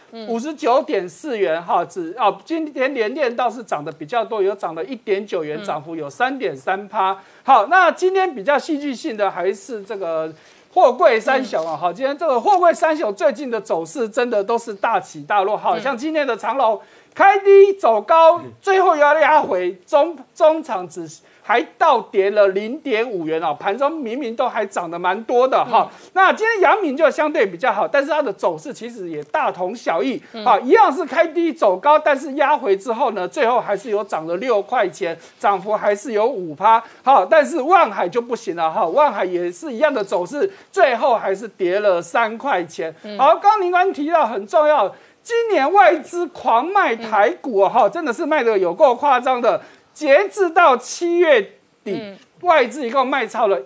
59.4元哈，今天联电倒是涨得比较多，有涨了1.9元，涨幅有3.3%。好，那今天比较戏剧性的还是这个货柜三雄好，今天这个货柜三雄最近的走势真的都是大起大落，好像今天的长荣开低走高，最后要压回，中场只还倒跌了0.5元盘中明明都还涨得蛮多的那今天阳明就相对比较好，但是它的走势其实也大同小异一样是开低走高，但是压回之后呢，最后还是有涨了6块钱，涨幅还是有5%但是万海就不行了万海也是一样的走势，最后还是跌了3块钱好，刚刚您刚提到很重要，今年外资狂卖台股真的是卖得有够夸张的。截至到7月底，外资一共卖超了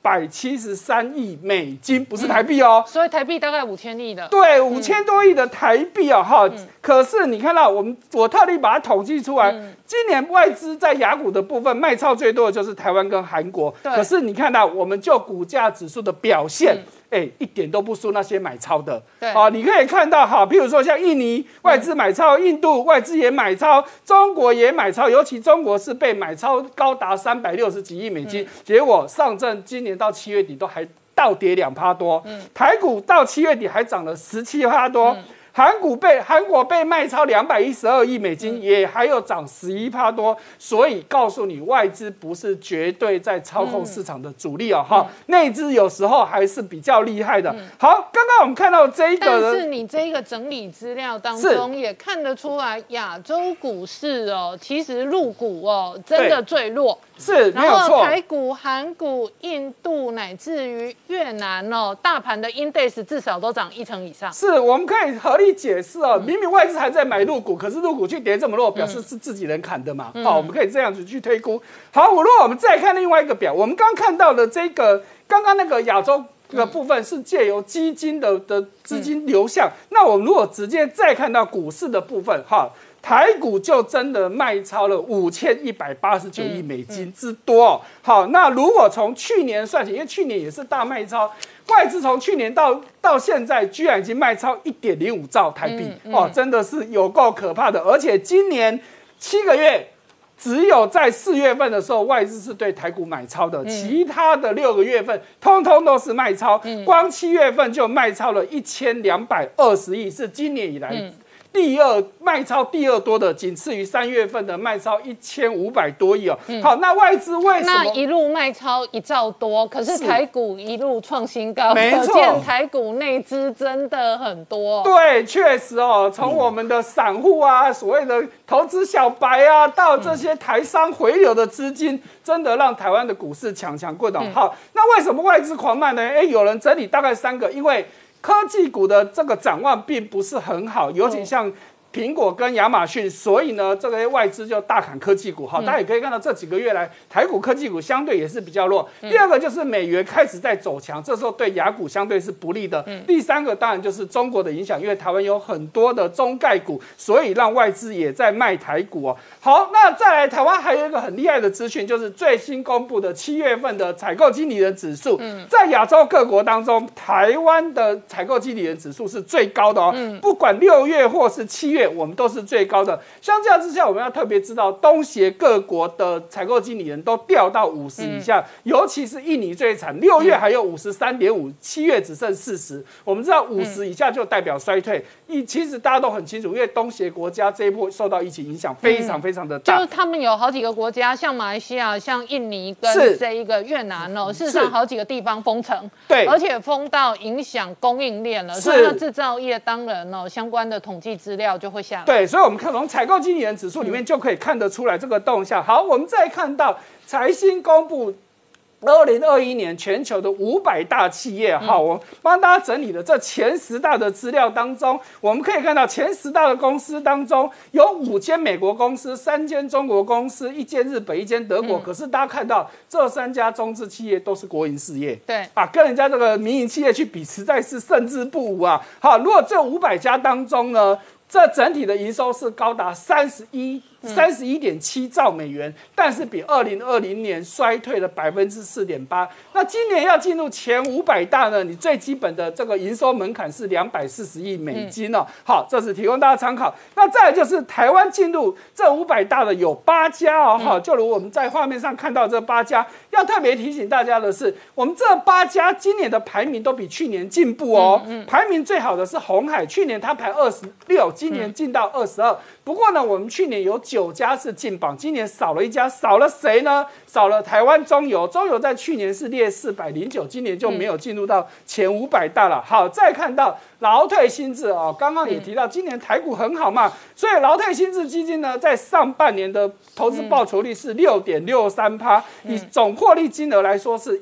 173亿美金，不是台币所以台币大概5000亿的。 对，5000多亿的台币可是你看到我特地把它统计出来，今年外资在亚股的部分卖超最多的就是台湾跟韩国，可是你看到我们就股价指数的表现。一点都不输那些买超的。 对， 你可以看到，譬如说像印尼外资买超，印度外资也买超，中国也买超，尤其中国是被买超高达360几亿美金，结果上证今年到7月底都还倒跌2%多，台股到7月底还涨了17%多。韩国被卖超212亿美金，也还有涨11%多，所以告诉你，外资不是绝对在操控市场的主力内资有时候还是比较厉害的。好，刚刚我们看到这一个， 但是你这个整理资料当中也看得出来，亚洲股市其实陆股真的最弱。 是，没有错。 然后台股、韩股、印度乃至于越南大盘的 index 至少都涨1成以上。 是，我们可以合理解释明明外资还在买陆股，可是陆股去跌这么弱，表示是自己人砍的嘛。好，我们可以这样子去推估。好，如果我们再看另外一个表，我们刚看到的这个，刚刚那个亚洲的部分是借由基金的资金流向，那我们如果直接再看到股市的部分台股就真的卖超了5189亿美金之多好，那如果从去年算起，因为去年也是大卖超，外资从去年到现在居然已经卖超1.05兆台币真的是有够可怕的。而且今年7个月，只有在4月份的时候，外资是对台股买超的，其他的6个月份通通都是卖超，光7月份就卖超了1220亿，是今年以来卖超第二多的，仅次于3月份的卖超1500多亿好，那外资为什么那一路卖超1兆多？可是台股一路创新高， 没错， 可见台股内资真的很多。 对，确实从我们的散户所谓的投资小白到这些台商回流的资金，真的让台湾的股市强棍好，那为什么外资狂卖呢？有人整理大概3个，因为科技股的这个展望并不是很好，尤其像苹果跟亚马逊，所以呢，这个外资就大砍科技股。好，大家也可以看到这几个月来，台股科技股相对也是比较弱。第二个就是美元开始在走强，这时候对亚股相对是不利的。第三个当然就是中国的影响，因为台湾有很多的中概股，所以让外资也在卖台股哦。好，那再来台湾还有一个很厉害的资讯，就是最新公布的7月份的采购经理人指数，在亚洲各国当中，台湾的采购经理人指数是最高的哦。不管6月或是7月，我们都是最高的。相较之下，我们要特别知道，东协各国的采购经理人都掉到50以下，尤其是印尼最惨，6月还有53.5，7月只剩40。我们知道50以下就代表衰退。其实大家都很清楚，因为东协国家这一波受到疫情影响非常非常的大， 就是他们有好几个国家，像马来西亚、像印尼跟这一个越南哦，事实上好几个地方封城， 对， 而且封到影响供应链了，所以那制造业当然哦相关的统计资料就会下来。 对，所以我们看从采购经理人指数里面就可以看得出来这个动向。好，我们再看到财新公布2021年全球的500大企业，好，我帮大家整理的这前10大的资料当中，我们可以看到前10大的公司当中有5间美国公司、3间中国公司、1间日本、1间德国。可是大家看到这3家中资企业都是国营事业， 对啊，跟人家这个民营企业去比，实在是胜之不武啊。好，如果这500家当中呢，这整体的营收是高达31.7兆美元，但是比2020年衰退了4.8%。那今年要进入前500大呢，你最基本的这个营收门槛是240亿美金哦。好，这是提供大家参考。那再来就是台湾进入这500大的有8家哦。好，就如我们在画面上看到这8家，要特别提醒大家的是，我们这8家今年的排名都比去年进步哦。排名最好的是鸿海，去年它排26，今年进到22。不过呢，我们去年有9家是进榜，今年少了1家，少了谁呢？少了台湾中油，中油在去年是列409，今年就没有进入到前500大了。好，再看到劳退新制哦，刚刚也提到今年台股很好嘛，所以劳退新制基金呢，在上半年的投资报酬率是6.63%，以总获利金额来说是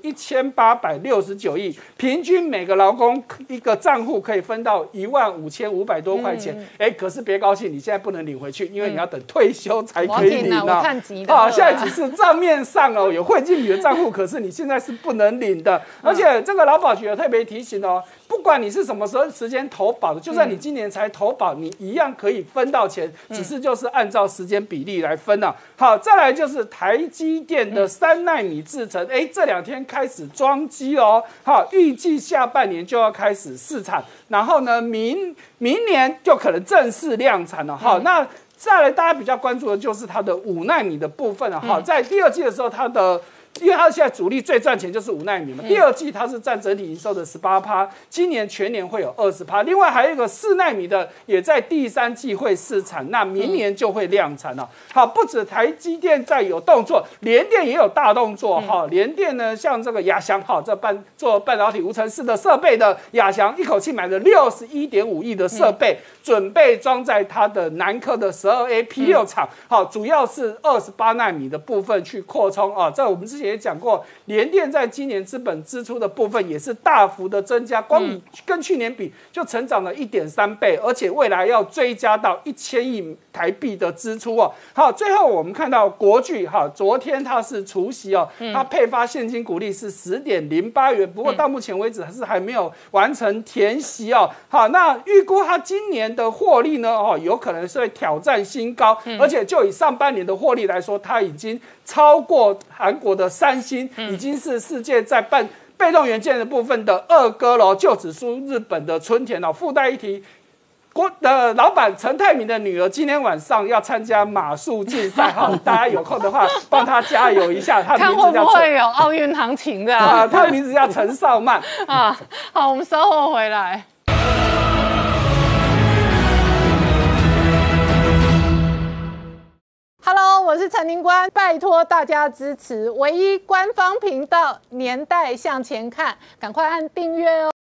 1869亿，平均每个劳工一个账户可以分到15500多块钱。可是别高兴，你现在不能领回去，因为你要等退休才可以领我看急的。 好，下一集是账面上哦有汇进你的账户，可是你现在是不能领的。而且这个劳保局有特别提醒哦，不管你是什么时间投保的，就算你今年才投保，你一样可以分到钱，只是就是按照时间比例来分啊。好，再来就是台积电的3奈米制程，这2天开始装机哦。好，预计下半年就要开始试产，然后呢，明年就可能正式量产了。好，那再来大家比较关注的就是它的5奈米的部分了。好，在第2季的时候，因为它现在主力最赚钱就是5奈米嘛，第2季它是占整体营收的18%，今年全年会有20%。另外还有一个4奈米的，也在第3季会试产，那明年就会量产了。好，不止台积电在有动作，联电也有大动作。哈，联电呢，像这个亚翔，好，做半导体无尘室的设备的亚翔，一口气买了61.5亿的设备，准备装在它的南科的12A P6 厂。好，主要是28奈米的部分去扩充啊。这我们之前也讲过，联电在今年资本支出的部分也是大幅的增加，光跟去年比就成长了1.3倍，而且未来要追加到1000亿台币的支出哦。好，最后我们看到国巨，哈，昨天它是除息哦，它配发现金股利是10.08元，不过到目前为止还没有完成填息哦。好，那预估它今年的获利呢，有可能是会挑战新高，而且就以上半年的获利来说，它已经超过韩国的三星，已经是世界在被动元件的部分的2哥了，就只输日本的春田哦。附带一提，老板陈泰明的女儿今天晚上要参加马术竞赛，哈，大家有空的话帮她加油一下。她的名字叫看会不会有奥运行情的啊？她的名字叫陈少曼啊。好，我们稍后回来。Hello， 我是陈宁官，拜托大家支持唯一官方频道《年代向前看》，赶快按订阅哦。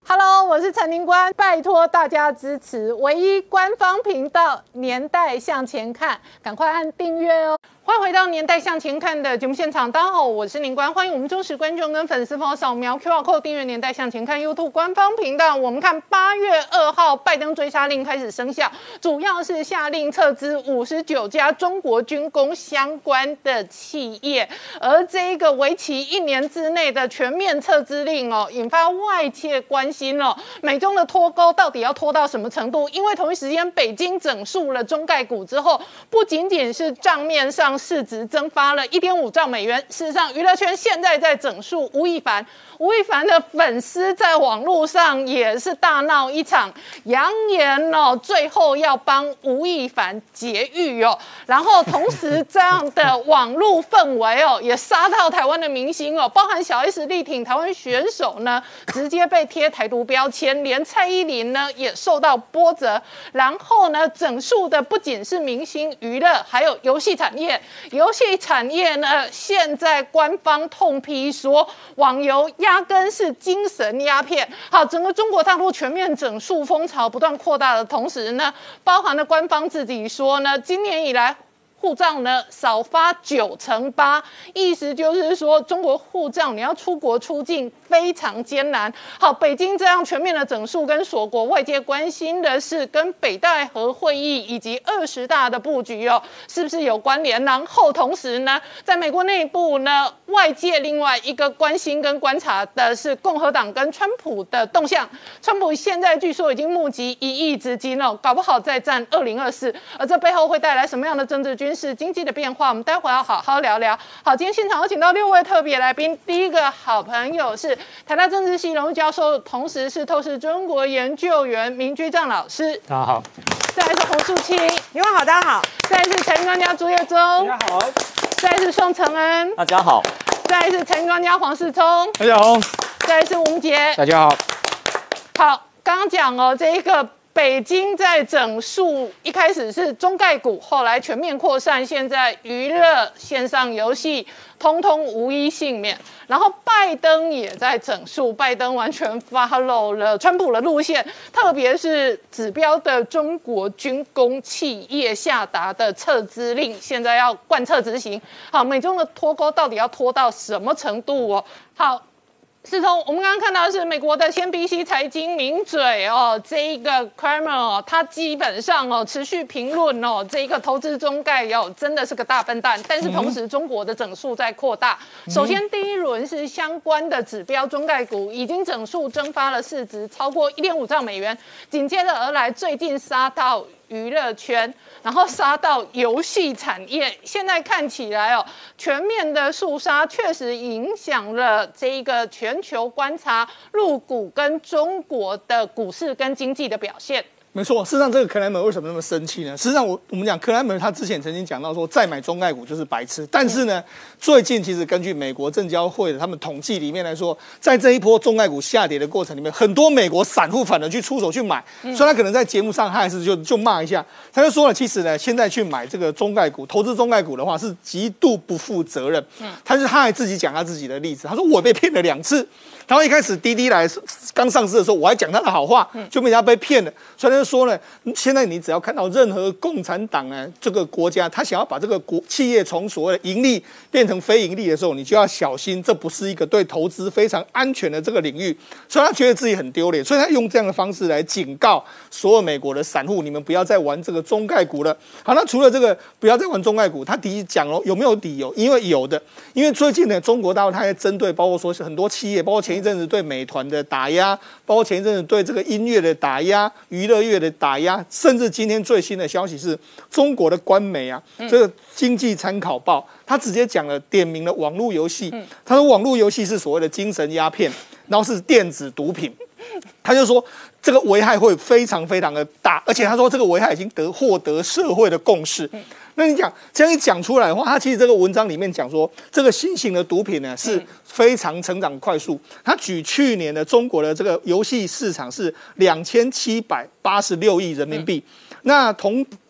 Hello， 我是陈宁官，拜托大家支持唯一官方频道《年代向前看》，赶快按订阅哦！欢迎回到《年代向前看》的节目现场，大家好，我是宁官，欢迎我们忠实观众跟粉丝朋友扫描 QR Code 订阅《年代向前看》YouTube 官方频道。我们看8月2号，拜登追杀令开始生效，主要是下令撤资59家中国军工相关的企业，而这个为期1年之内的全面撤资令哦，引发外界关心哦，美中的脱钩到底要拖到什么程度？因为同一时间，北京整数了中概股之后，不仅仅是账面上市值蒸发了1.5兆美元，事实上，娱乐圈现在在整数吴亦凡。吴亦凡的粉丝在网络上也是大闹一场，扬言哦，最后要帮吴亦凡劫狱哦。然后同时这样的网络氛围哦，也杀到台湾的明星哦，包含小 S 力挺台湾选手呢，直接被贴台独标签，连蔡依林呢也受到波折。然后呢，整数的不仅是明星娱乐，还有游戏产业。游戏产业呢，现在官方痛批说，网游压根是精神鸦片。好，整个中国大陆全面整数风潮不断扩大的同时呢，包含了官方自己说呢，今年以来护照呢少发8%，意思就是说中国护照你要出国出境非常艰难。好，北京这样全面的整数跟锁国，外界关心的是跟北戴河会议以及20大的布局哦，是不是有关联？然后同时呢，在美国内部呢，外界另外一个关心跟观察的是共和党跟川普的动向。川普现在据说已经募集1亿资金哦，搞不好再战2024，而这背后会带来什么样的政治军事经济的变化？我们待会要好好聊聊。好，今天现场有请到6位特别来宾，第一个好朋友是台大政治系荣誉教授，同时是透视中国研究员明居正老师。 大家好。 再来是洪树清， 你们好，大家好。 再来是财经专家朱业忠， 大家好。 再来是宋承恩， 大家好。 再来是财经专家黄世聪， 大家好。 再来是吴杰， 大家好。 好，刚刚讲哦，这一个北京在整数，一开始是中概股，后来全面扩散，现在娱乐、线上游戏通通无一幸免。然后拜登也在整数，拜登完全 follow 了川普的路线，特别是指标的中国军工企业下达的撤资令，现在要贯彻执行。好，美中的脱钩到底要拖到什么程度哦？好。是从我们刚刚看到的是美国的CNBC 财经名嘴哦，这一个 Cramer 哦，他基本上哦持续评论哦，这一个投资中概哦真的是个大笨蛋。但是同时中国的整数在扩大。首先第一轮是相关的指标中概股已经整数蒸发了市值超过1.5兆美元，紧接着而来最近杀到娱乐圈，然后杀到游戏产业，现在看起来哦，全面的肃杀确实影响了这一个全球观察陆股跟中国的股市跟经济的表现。 没错，事实上这个克莱门为什么那么生气呢？事实上我们讲克莱门他之前曾经讲到说，再买中概股就是白痴。但是呢，最近其实根据美国证交会的他们统计里面来说，在这一波中概股下跌的过程里面，很多美国散户反而去出手去买，所以他可能在节目上他还是就骂一下，他就说了，其实呢，现在去买这个中概股，投资中概股的话是极度不负责任。他还自己讲他自己的例子，他说我被骗了2次。然后一开始滴滴来刚上市的时候，我还讲他的好话，就被人家被骗了。所以他就说呢，现在你只要看到任何共产党呢这个国家，他想要把这个企业从所谓的盈利变成非盈利的时候，你就要小心，这不是一个对投资非常安全的这个领域。所以他觉得自己很丢脸，所以他用这样的方式来警告所有美国的散户，你们不要再玩这个中概股了。好，那除了这个不要再玩中概股，他第一讲了有没有理由？因为有的，因为最近呢，中国大陆他在针对包括说是很多企业，包括前一阵子对美团的打压，包括前一阵子对这个音乐的打压、娱乐业的打压，甚至今天最新的消息是，中国的官媒啊，这个《经济参考报》，他直接讲了，点名了网络游戏，他说网络游戏是所谓的精神鸦片，然后是电子毒品，他就说这个危害会非常非常的大，而且他说这个危害已经获得社会的共识。那你讲这样一讲出来的话，他其实这个文章里面讲说，这个新型的毒品呢是非常成长快速。他举去年的中国的这个游戏市场是2786亿人民币，那同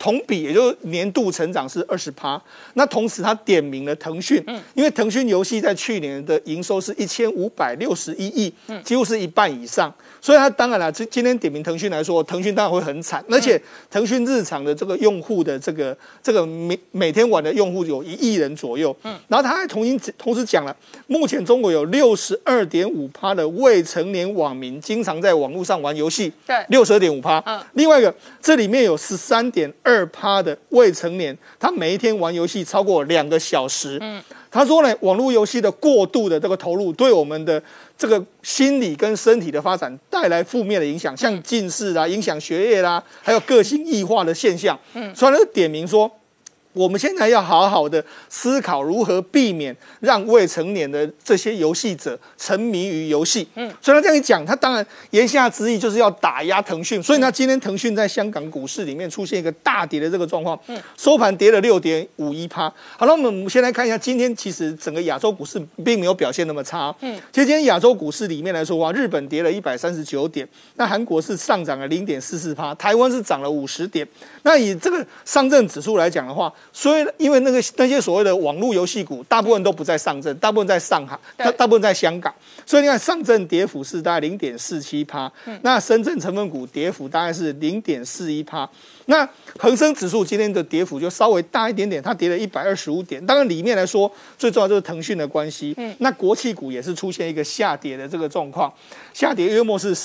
同比也就是年度成长是20%。那同时他点名了腾讯，因为腾讯游戏在去年的营收是1561亿，几乎是一半以上。所以他当然了，今天点名腾讯来说，腾讯当然会很惨，而且腾讯日常的这个用户的这个每天玩的用户有1亿人左右。然后他还同时讲了，目前中国有62.5%的未成年网民经常在网络上玩游戏， 对 ，62.5%。另外一个，这里面有13.2%的未成年，他每一天玩游戏超过2个小时。他说呢，网络游戏的过度的这个投入，对我们的这个心理跟身体的发展带来负面的影响，像近视啦、影响学业啦，还有个性异化的现象。所以他就点名说，我们现在要好好的思考如何避免让未成年的这些游戏者沉迷于游戏。所以他这样一讲，他当然言下之意就是要打压腾讯。所以呢，今天腾讯在香港股市里面出现一个大跌的这个状况，收盘跌了6.51%。好了，我们先来看一下，今天其实整个亚洲股市并没有表现那么差。其实今天亚洲股市里面来说的话，日本跌了139点，那韩国是上涨了0.44%，台湾是涨了50点。那以这个上证指数来讲的话，所以因为那些所谓的网络游戏股，大部分都不在上证，大部分在上海，大部分在香港。所以你看上证跌幅是大概0.47%，那深圳成分股跌幅大概是0.41%。那恒生指数今天的跌幅就稍微大一点点，它跌了125点。当然里面来说，最重要就是腾讯的关系。那国企股也是出现一个下跌的这个状况，下跌约莫是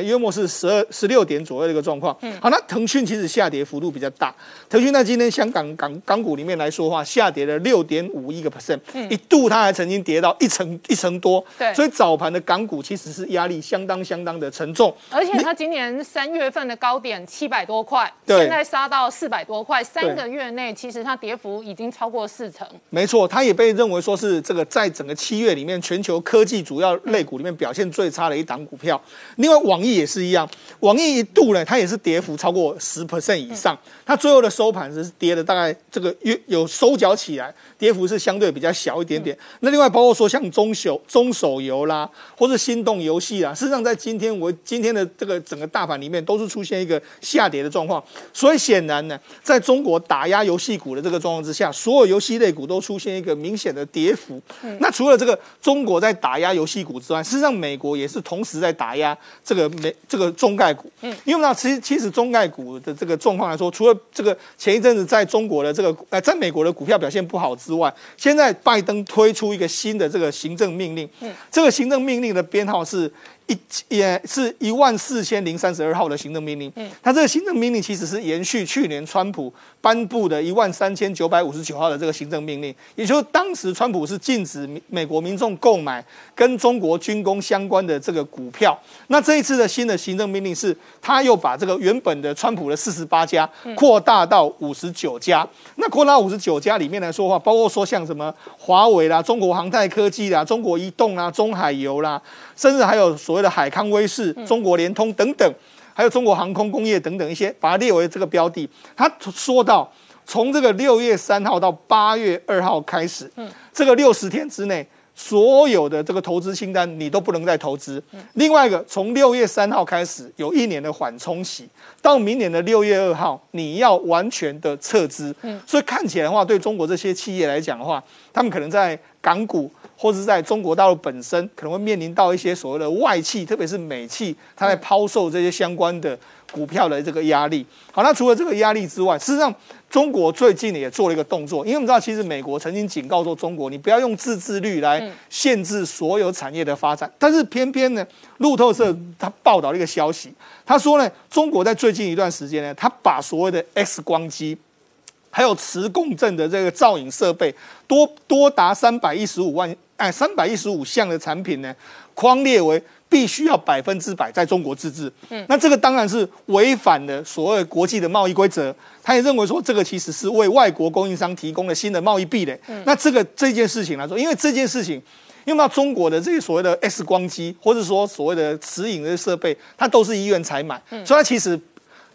16点左右的一个状况。好，那腾讯其实下跌幅度比较大。腾讯在今天香港股里面来说的话，下跌了6.51%，一度它还曾经跌到一成多。 对， 所以早盘的港股其实是压力相当的沉重。 而且它今年3月份的高点700多块， 对， 现在杀到400多块，3个月内其实它跌幅已经超过40%。 没错，它也被认为说是这个在整个7月里面全球科技主要类股里面表现最差的一档股票。另外网易也是一样，网易一度呢，它也是跌幅超过10% 以上，它最后的收盘是跌了大概这个有收脚起来，跌幅是相对比较小一点点。那另外包括说像中手游啦，或是心动游戏啦，事实上在今天的这个整个大盘里面都是出现一个下跌的状况。所以显然呢，在中国打压游戏股的这个状况之下，所有游戏类股都出现一个明显的跌幅。那除了这个中国在打压游戏股之外，事实上美国也是同时在打压这个中概股。因为我们知道其实中概股的这个状况来说，除了这个前一阵子在中国的这个在美国的股票表现不好之外，现在拜登推出一个新的这个行政命令，这个行政命令的编号是14032号的行政命令。它这个行政命令其实是延续去年川普颁布的13959号的这个行政命令，也就是当时川普是禁止美国民众购买跟中国军工相关的这个股票。那这一次的新的行政命令是，他又把这个原本的川普的48家扩大到59家。那扩大59家里面来说的话，包括说像什么华为啦、中国航太科技啦、中国移动啦、中海油啦，甚至还有所谓的海康威视、中国联通等等，还有中国航空工业等等一些，把它列为这个标的。他说到，从这个6月3号到8月2号开始，这个60天之内，所有的这个投资清单你都不能再投资。另外一个，从6月3号开始有1年的缓冲期，到明年的6月2号，你要完全的撤资。所以看起来的话，对中国这些企业来讲的话，他们可能在港股或是在中国大陆本身可能会面临到一些所谓的外企，特别是美企，它在抛售这些相关的股票的这个压力。好，那除了这个压力之外，事实上中国最近也做了一个动作，因为我们知道，其实美国曾经警告说中国，你不要用自制率来限制所有产业的发展。但是偏偏呢，路透社他报道了一个消息，他说呢，中国在最近一段时间呢，他把所谓的 X 光机还有磁共振的这个造影设备多达315项的产品呢，匡列为必须要100%在中国自制。那这个当然是违反了所谓国际的贸易规则。他也认为说，这个其实是为外国供应商提供了新的贸易壁垒。那这件事情来说，因为这件事情，因为中国的这些所谓的 X 光机，或者说所谓的磁影的设备，它都是医院采买，所以它其实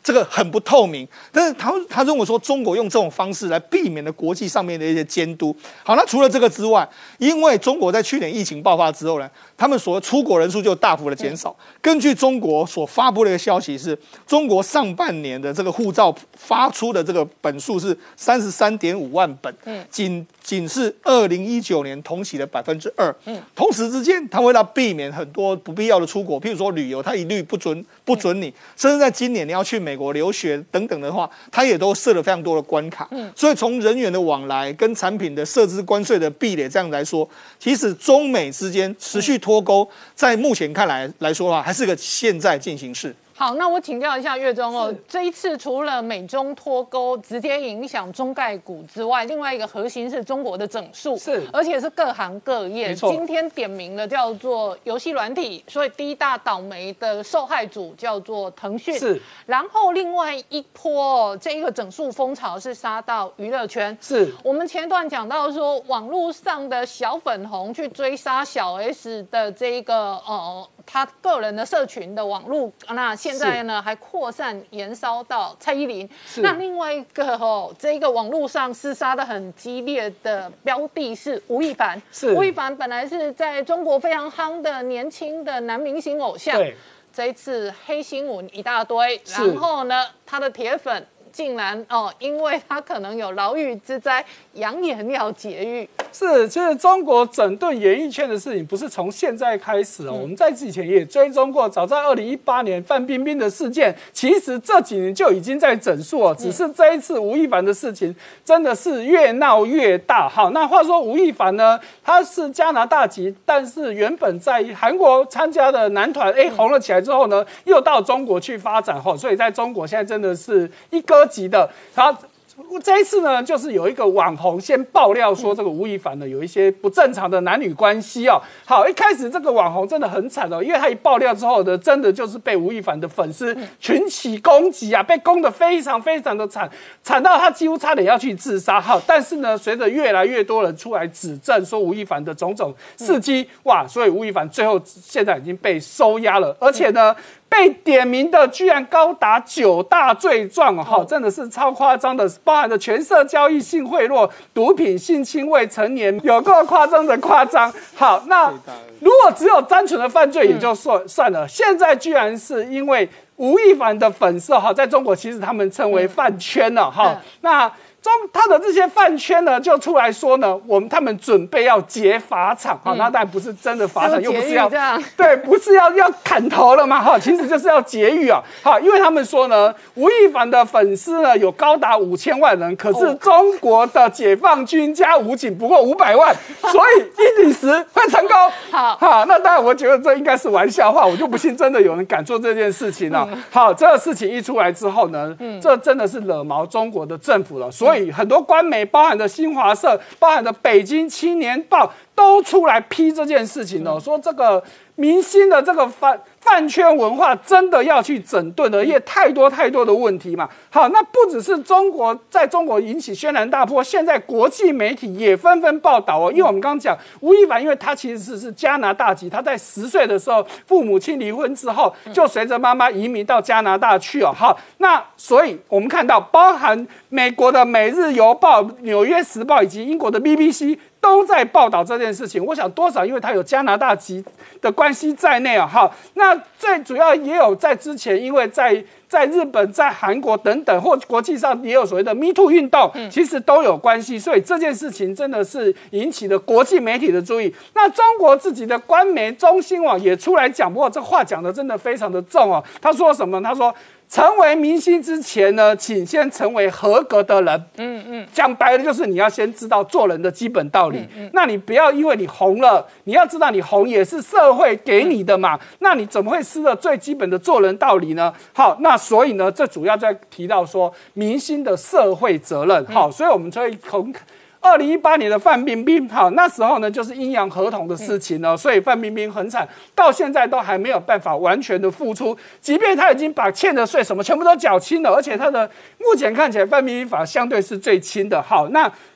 这个很不透明。但是他认为说，中国用这种方式来避免了国际上面的一些监督。好，那除了这个之外，因为中国在去年疫情爆发之后呢，他们所出国人数就大幅的减少。根据中国所发布的一个消息是，中国上半年的这个护照发出的这个本数是33.5万本，仅是2019年同期的2%。同时之间，他为了避免很多不必要的出国，譬如说旅游，他一律不准你，甚至在今年你要去美国留学等等的话，他也都设了非常多的关卡。所以从人员的往来跟产品的设置关税的壁垒这样来说，其实中美之间持续脱钩，在目前看来说的话，还是个现在进行式。 好，那我请教一下岳中哦，这一次除了美中脱钩直接影响中概股之外，另外一个核心是中国的整数， 是， 而且是各行各业。 没错， 今天点名了叫做游戏软体，所以第一大倒霉的受害组叫做腾讯。 是， 然后另外一波这一个整数风潮是杀到娱乐圈。 是， 我们前段讲到说，网络上的小粉红去追杀小 S 的这一个他个人的社群的网络，那现在呢还扩散延烧到蔡依林。那另外一个这个网络上厮杀的很激烈的标的是吴亦凡。吴亦凡本来是在中国非常夯的年轻的男明星偶像，这一次黑新闻一大堆，然后呢他的铁粉竟然因为他可能有牢狱之灾，扬言要劫狱。 是，其实中国整顿演艺圈的事情不是从现在开始哦，我们在之前也追踪过，早在2018年范冰冰的事件，其实这几年就已经在整数哦，只是这一次吴亦凡的事情真的是越闹越大。好，那话说吴亦凡呢，他是加拿大籍，但是原本在韩国参加的男团，红了起来之后呢，又到中国去发展所以在中国现在真的是一哥级的。然后这一次呢，就是有一个网红先爆料说，这个吴亦凡呢有一些不正常的男女关系哦。好，一开始这个网红真的很惨哦，因为他一爆料之后呢，真的就是被吴亦凡的粉丝群起攻击啊，被攻得非常非常的惨，惨到他几乎差点要去自杀。好，但是呢，随着越来越多人出来指证说吴亦凡的种种事迹，哇，所以吴亦凡最后现在已经被收押了，而且呢，被点名的居然高达9大罪状哦，真的是超夸张的，包含了权色交易、性贿赂、毒品、性侵未成年，有够夸张的夸张。好，那如果只有单纯的犯罪也就算了，现在居然是因为吴亦凡的粉丝在中国其实他们称为饭圈了那他的这些饭圈呢，就出来说呢，他们准备要劫法场，那当然不是真的法场，又不是要不是要砍头了嘛，其实就是要劫狱啊，因为他们说呢，吴亦凡的粉丝呢有高达5000万人，可是中国的解放军加武警不过500万，所以一比10会成功。好，那当然我觉得这应该是玩笑话，我就不信真的有人敢做这件事情了。好，这个事情一出来之后呢，这真的是惹毛中国的政府了，所以很多官媒，包含的新华社，包含的北京青年报，都出来批这件事情了，说这个明星的这个饭圈文化真的要去整顿的，因为太多的问题嘛。好，那不只是在中国引起轩然大波，现在国际媒体也纷纷报道因为我们刚刚讲吴亦凡，因为他其实是加拿大籍，他在10岁的时候父母亲离婚之后，就随着妈妈移民到加拿大去好，那所以我们看到，包含美国的《每日邮报》、《纽约时报》以及英国的 BBC。都在报道这件事情，我想多少因为他有加拿大籍的关系在内好，那最主要也有在之前，因为在日本、在韩国等等，或国际上也有所谓的 Me Too 运动，其实都有关系，所以这件事情真的是引起了国际媒体的注意。那中国自己的官媒中新网也出来讲，不过这话讲的真的非常的重他说什么？他说，成为明星之前呢，请先成为合格的人。讲白了就是你要先知道做人的基本道理。那你不要因为你红了，你要知道你红也是社会给你的嘛。那你怎么会失了最基本的做人道理呢？好，那所以呢，这主要在提到说明星的社会责任。好，所以我们就会从2018年的范冰冰，那时候呢就是阴阳合同的事情呢，所以范冰冰很惨，到现在都还没有办法完全的付出，即便他已经把欠的税什么全部都缴清了，而且他的目前看起来范冰冰法相对是最轻的。好，那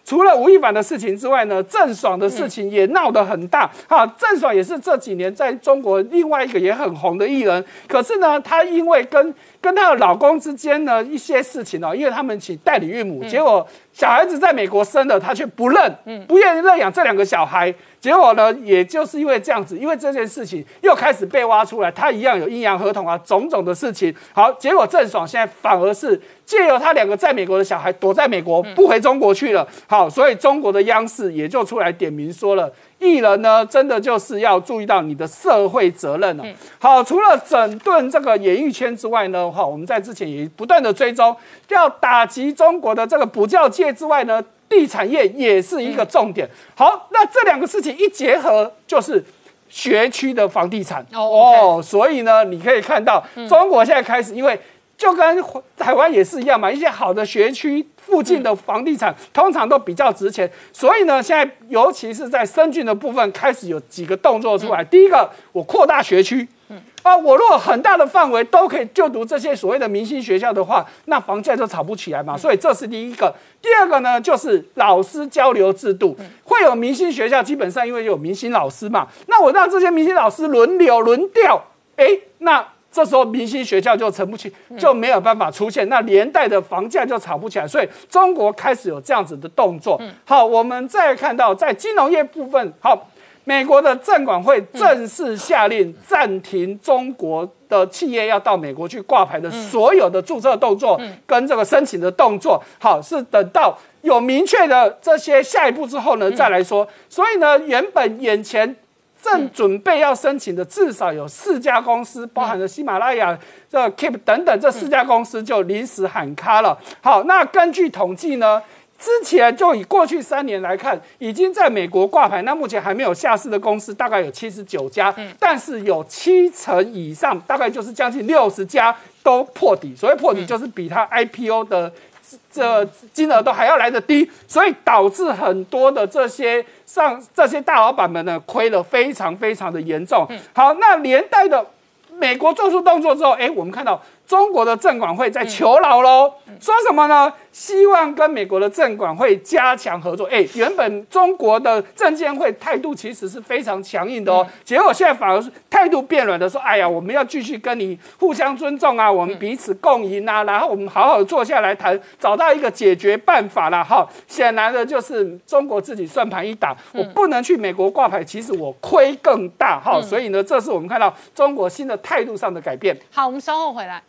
除了吴亦凡的事情之外呢，郑爽的事情也闹得很大。郑爽也是这几年在中国另外一个也很红的艺人，可是呢，她因为跟她的老公之间呢一些事情因为他们请代理孕母，结果小孩子在美国生了，她却不认，不愿意认养这2个小孩。结果呢，也就是因为这样子，因为这件事情又开始被挖出来，他一样有阴阳合同种种的事情。好，结果郑爽现在反而是借由他2个在美国的小孩躲在美国，不回中国去了。好，所以中国的央视也就出来点名说了，艺人呢真的就是要注意到你的社会责任了。好，除了整顿这个演艺圈之外呢，我们在之前也不断的追踪，要打击中国的这个补教界之外呢，地产业也是一个重点。好，那这2个事情一结合，就是学区的房地产所以呢，你可以看到中国现在开始，因为就跟台湾也是一样嘛，一些好的学区附近的房地产通常都比较值钱，所以呢，现在尤其是在深圳的部分开始有几个动作出来。第一个，我扩大学区。我如果很大的范围都可以就读这些所谓的明星学校的话，那房价就炒不起来嘛。所以这是第一个。第二个呢，就是老师交流制度，会有明星学校，基本上因为有明星老师嘛，那我让这些明星老师轮调，那这时候明星学校就成不起，就没有办法出现，那连带的房价就炒不起来。所以中国开始有这样子的动作。好，我们再看到在金融业部分，好。美国的证管会正式下令暂停中国的企业要到美国去挂牌的所有的注册动作跟这个申请的动作。好，是等到有明确的这些下一步之后呢再来说。所以呢，眼前正准备要申请的至少有4家公司，包含了喜马拉雅、Keep 等等这4家公司就临时喊卡了。好，那根据统计呢，之前就以过去3年来看，已经在美国挂牌，那目前还没有下市的公司大概有79家，但是有70%以上，大概就是将近60家都破底。所谓破底，就是比它 IPO 的这金额都还要来得低，所以导致很多的这些大老板们呢亏了非常非常的严重。好，那连带的美国做出动作之后，我们看到中国的证管会在求饶喽，说什么呢？希望跟美国的证管会加强合作。原本中国的证监会态度其实是非常强硬的结果现在反而是态度变软的说，我们要继续跟你互相尊重我们彼此共赢然后我们好好坐下来谈，找到一个解决办法啦。好，显然的就是中国自己算盘一打，我不能去美国挂牌，其实我亏更大。所以呢，这是我们看到中国新的态度上的改变。 好，我们稍后回来。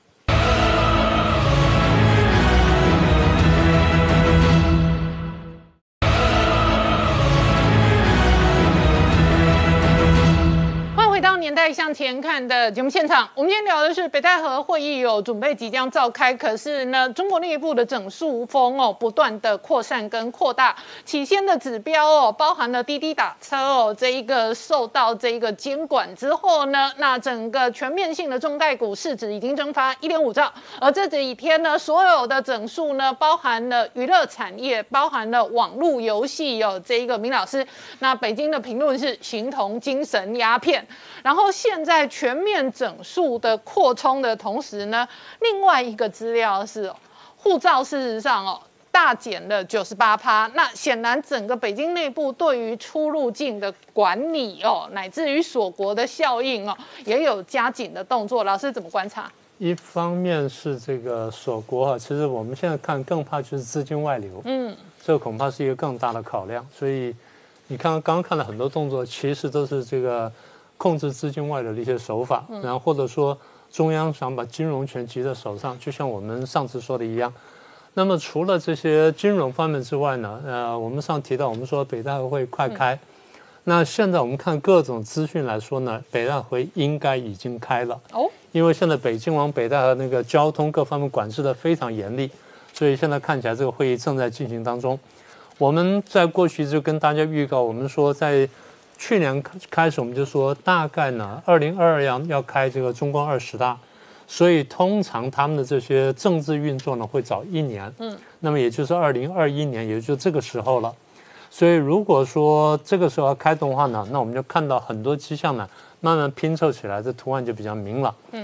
回到年代向前看的节目现场，我们今天聊的是北戴河会议准备即将召开，可是呢，中国内部的整数风不断的扩散跟扩大，起先的指标包含了滴滴打车这一个受到这一个监管之后呢，那整个全面性的中概股市值已经蒸发1.5兆，而这几天呢，所有的整数呢，包含了娱乐产业，包含了网络游戏这一个明老师，那北京的评论是形同精神鸦片。然后现在全面整数的扩充的同时呢，另外一个资料是护照事实上大减了98%。那显然整个北京内部对于出入境的管理乃至于锁国的效应也有加紧的动作。老师怎么观察？ 一方面是这个锁国其实我们现在看更怕就是资金外流，这个恐怕是一个更大的考量。所以你刚刚看了很多动作，其实都是这个控制资金外流的一些手法，然后或者说中央想把金融权集在手上，就像我们上次说的一样。那么除了这些金融方面之外呢，我们上提到我们说北戴河会快开，那现在我们看各种资讯来说呢，北戴河会应该已经开了因为现在北京往北戴河那个交通各方面管制的非常严厉，所以现在看起来这个会议正在进行当中。我们在过去就跟大家预告，我们说在去年开始我们就说大概呢2022要开这个中共20大，所以通常他们的这些政治运作呢会早1年，那么也就是2021年，也就这个时候了。所以如果说这个时候要开动的话呢，那我们就看到很多迹象呢慢慢拼凑起来，这图案就比较明朗。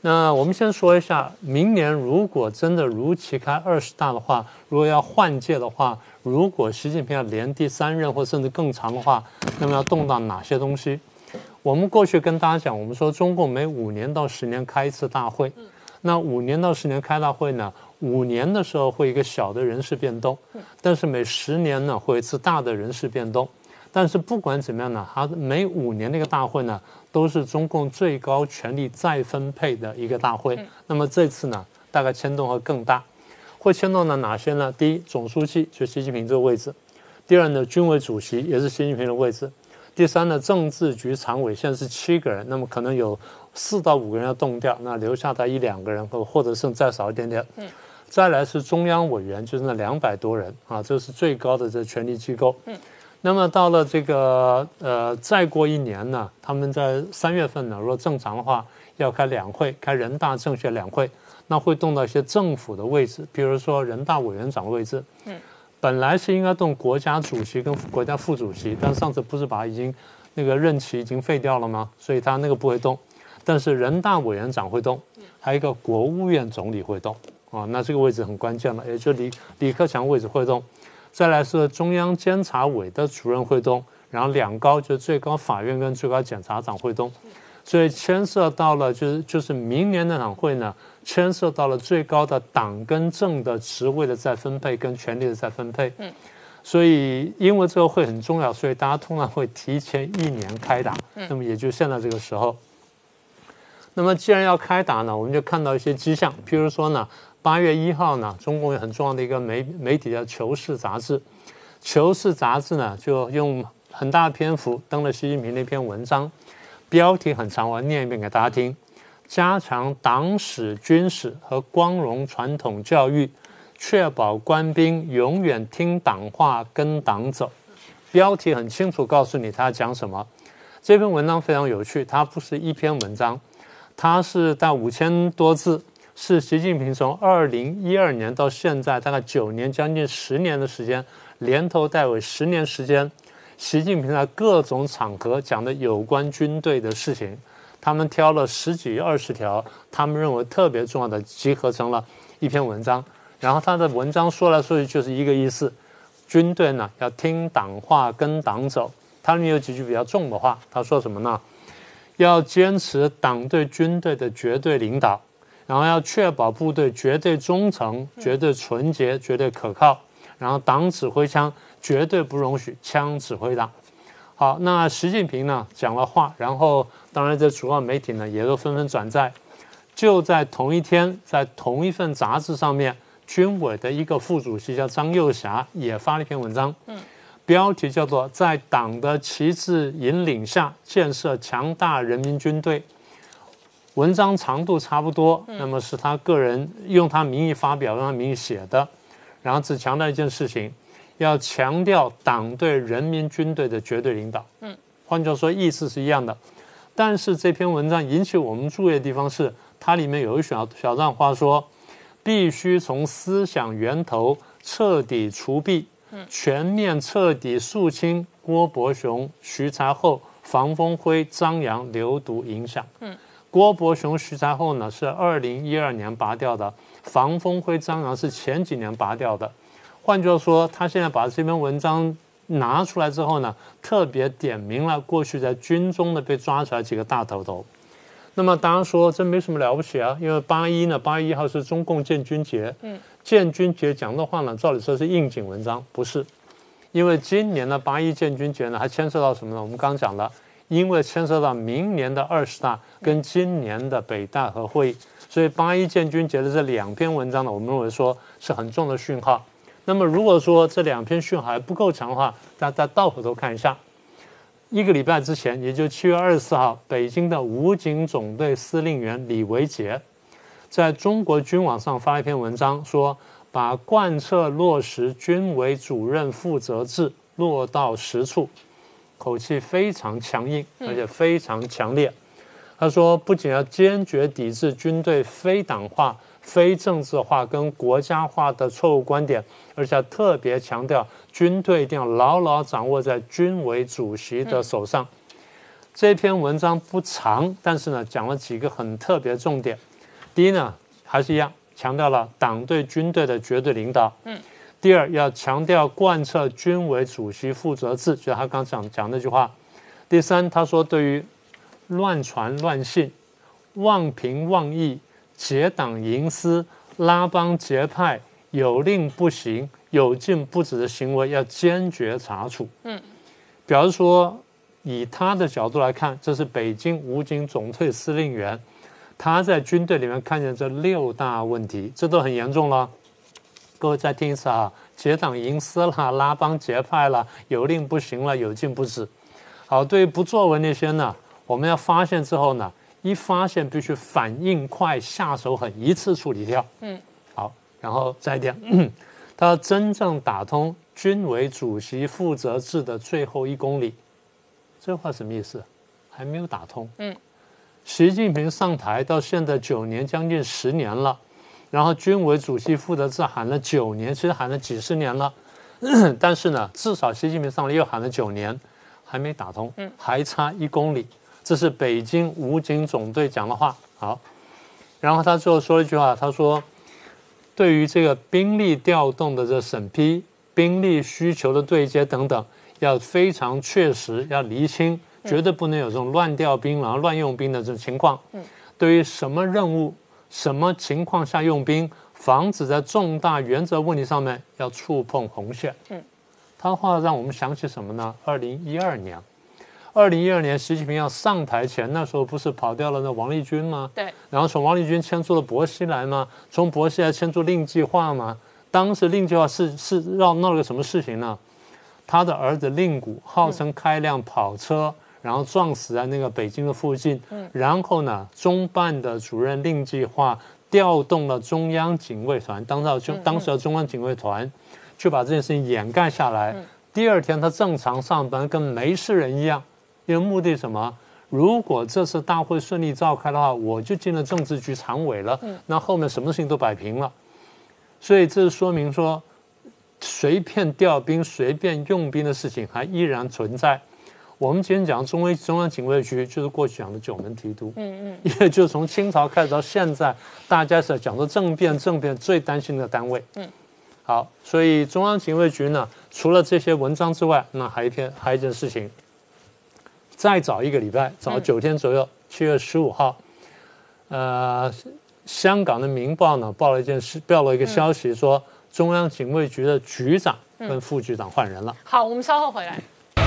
那我们先说一下，明年如果真的如期开20大的话，如果要换届的话，如果习近平要连第3任或甚至更长的话，那么要动到哪些东西？我们过去跟大家讲，我们说中共每5年到10年开一次大会，那5年到10年开大会呢，5年的时候会一个小的人事变动，但是每10年呢会一次大的人事变动。但是不管怎么样呢，它每5年那个大会呢，都是中共最高权力再分配的一个大会。那么这次呢，大概牵动会更大，会牵动到哪些呢？第一，总书记就习近平这个位置；第二呢，军委主席也是习近平的位置；第三呢，政治局常委现在是7个人，那么可能有4到5个人要动掉，那留下他1、2个人，或者甚至再少一点点。再来是中央委员，就是那200多人啊，这是最高的这权力机构。那么到了这个再过1年呢，他们在3月份呢，如果正常的话，要开2会，开人大政协2会，那会动到一些政府的位置，比如说人大委员长位置。本来是应该动国家主席跟国家副主席，但上次不是把已经那个任期已经废掉了吗？所以他那个不会动，但是人大委员长会动，还有一个国务院总理会动啊，那这个位置很关键了，也就李克强位置会动。再来是中央监察委的主任会动，然后2高就是最高法院跟最高检察长会动，所以牵涉到了就是明年那场会呢，牵涉到了最高的党跟政的职位的再分配跟权力的再分配。所以因为这个会很重要，所以大家通常会提前1年开打，那么也就现在这个时候。那么既然要开打呢，我们就看到一些迹象，譬如说呢，8月1号呢，中共有很重要的一个媒体叫《求是》杂志，《求是》杂志呢就用很大的篇幅登了习近平那篇文章，标题很长，我念一遍给大家听：加强党史、军史和光荣传统教育，确保官兵永远听党话、跟党走。标题很清楚告诉你他讲什么。这篇文章非常有趣，它不是一篇文章，它是大概5000多字。是习近平从2012年到现在大概9年，将近10年的时间，连头带尾10年时间，习近平在各种场合讲的有关军队的事情，他们挑了10几20条，他们认为特别重要的，集合成了一篇文章。然后他的文章说来说去就是一个意思：军队呢要听党话，跟党走。他里面有几句比较重的话，他说什么呢？要坚持党对军队的绝对领导。然后要确保部队绝对忠诚、绝对纯洁、绝对可靠，然后党指挥枪绝对不容许枪指挥党。好，那习近平呢讲了话，然后当然这主要媒体呢也都纷纷转载。就在同一天，在同一份杂志上面，军委的一个副主席叫张又侠也发了一篇文章，标题叫做《在党的旗帜引领下建设强大人民军队》。文章长度差不多，那么是他个人用他名义发表，用他名义写的，然后只强调一件事情，要强调党对人民军队的绝对领导。换句话说，意思是一样的。但是这篇文章引起我们注意的地方是，它里面有一小段话说，必须从思想源头彻底除弊，全面彻底肃清郭伯雄、徐才厚、房峰辉、张扬流毒影响。郭伯雄、徐才厚呢是2012年拔掉的，房峰辉、张扬是前几年拔掉的。换句话说，他现在把这篇文章拿出来之后呢，特别点明了过去在军中的被抓出来几个大头头。那么当然说这没什么了不起啊，因为8月1号是中共建军节，建军节讲的话呢，照理说是应景文章，不是，因为今年的8·1建军节呢，还牵涉到什么呢？我们刚讲了。因为牵涉到明年的20大跟今年的北戴河会议，所以8·1建军节的这2篇文章呢，我们认为说是很重的讯号。那么如果说这2篇讯号还不够强的话，大家倒回头看一下，1个礼拜之前，也就7月24号，北京的武警总队司令员李维杰在中国军网上发一篇文章，说把贯彻落实军委主任负责制落到实处。口气非常强硬，而且非常强烈。他说，不仅要坚决抵制军队非党化、非政治化跟国家化的错误观点，而且特别强调军队一定要牢牢掌握在军委主席的手上。这篇文章不长，但是呢，讲了几个很特别重点。 第一呢，还是一样强调了党对军队的绝对领导。第二，要强调贯彻军委主席负责制，就是他刚讲那句话。第三，他说对于乱传乱信、妄评妄议、结党营私、拉帮结派、有令不行、有禁不止的行为，要坚决查处。表示说，以他的角度来看，这是北京武警总队司令员，他在军队里面看见这6大问题，这都很严重了。各位再听一次啊，结党营私啦，拉帮结派啦，有令不行了，有禁不止。好，对于不作为那些呢，我们要发现之后呢，一发现必须反应快，下手狠，一次处理掉。好，然后再一点，他要真正打通军委主席负责制的最后1公里。这话什么意思？还没有打通。习近平上台到现在9年，将近10年了。然后军委主席负责制喊了9年，其实喊了几十年了，但是呢，至少习近平上来又喊了9年，还没打通，还差1公里。这是北京武警总队讲的话。好，然后他最后说了一句话，他说，对于这个兵力调动的这审批、兵力需求的对接等等，要非常确实，要厘清，绝对不能有这种乱调兵然后乱用兵的这种情况。对于什么任务、什么情况下用兵，防止在重大原则问题上面要触碰红线。他的话让我们想起什么呢？2012年，习近平要上台前，那时候不是跑掉了那王立军吗？ 对。 然后从王立军迁出了薄熙来吗？从薄熙来迁出令计划吗？当时令计划是闹了个什么事情呢？他的儿子令谷号称开辆跑车，然后撞死在那个北京的附近。然后呢，中办的主任令计划调动了中央警卫团，当时的中央警卫团，去把这件事情掩盖下来。第二天他正常上班，跟没事人一样。因为目的什么？如果这次大会顺利召开的话，我就进了政治局常委了，那后面什么事情都摆平了。所以这说明说，随便调兵、随便用兵的事情还依然存在。我们今天讲中央警卫局，就是过去讲的9门提督，因为就从清朝开始到现在，大家是讲说政变最担心的单位。好，所以中央警卫局呢，除了这些文章之外，那还有一件事情。再早1个礼拜，早9天左右，7月15号，香港的《明报》呢报了一个消息，说中央警卫局的局长跟副局长换人了。 好，我们稍后回来。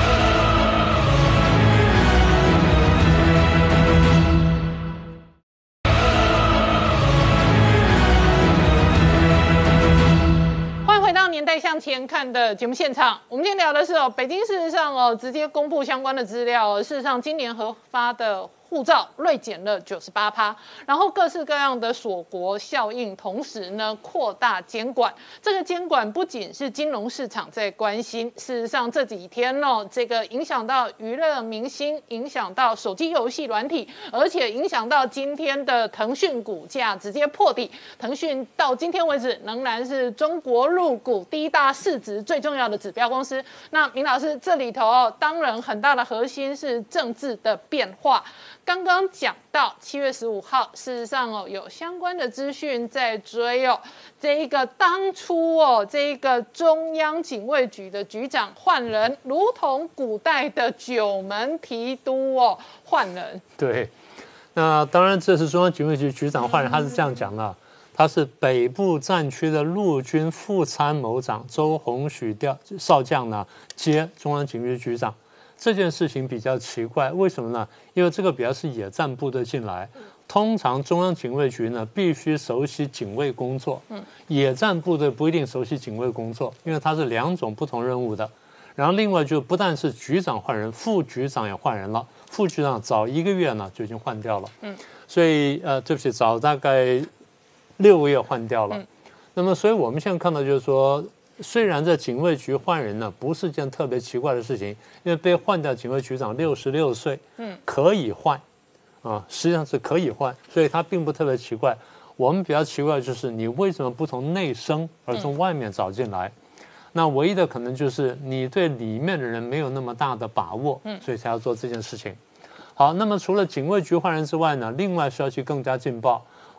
年代向前看的节目现场，我们今天聊的是北京事实上直接公布相关的资料事实上今年核发的护照锐减了98%，然后各式各样的锁国效应，同时呢扩大监管。这个监管不仅是金融市场在关心，事实上这几天这个影响到娱乐明星，影响到手机游戏软体，而且影响到今天的腾讯股价直接破底。腾讯到今天为止仍然是中国入股第1大市值最重要的指标公司。那明老师，这里头当然很大的核心是政治的变化。刚刚讲到7月15号，事实上有相关的资讯在追这一个当初这一个中央警卫局的局长换人，如同古代的9门提督换人。 对，那当然这是中央警卫局局长换人，他是这样讲的，他是北部战区的陆军副参谋长周鸿许少将呢接中央警卫局局长。这件事情比较奇怪，为什么呢？因为这个比较是野战部队进来，通常中央警卫局呢必须熟悉警卫工作，野战部队不一定熟悉警卫工作，因为它是2种不同任务的。然后另外就不但是局长换人，副局长也换人了，副局长早1个月呢就已经换掉了，所以对不起，早大概6个月换掉了。那么所以我们现在看到就是说，虽然在警卫局换人呢不是件特别奇怪的事情，因为被换掉警卫局长66岁，可以换，实际上是可以换，所以它并不特别奇怪。我们比较奇怪的就是你为什么不从内生而从外面找进来？那唯一的可能就是你对里面的人没有那么大的把握，所以才要做这件事情。好，那么除了警卫局换人之外呢，另外消息更加劲爆。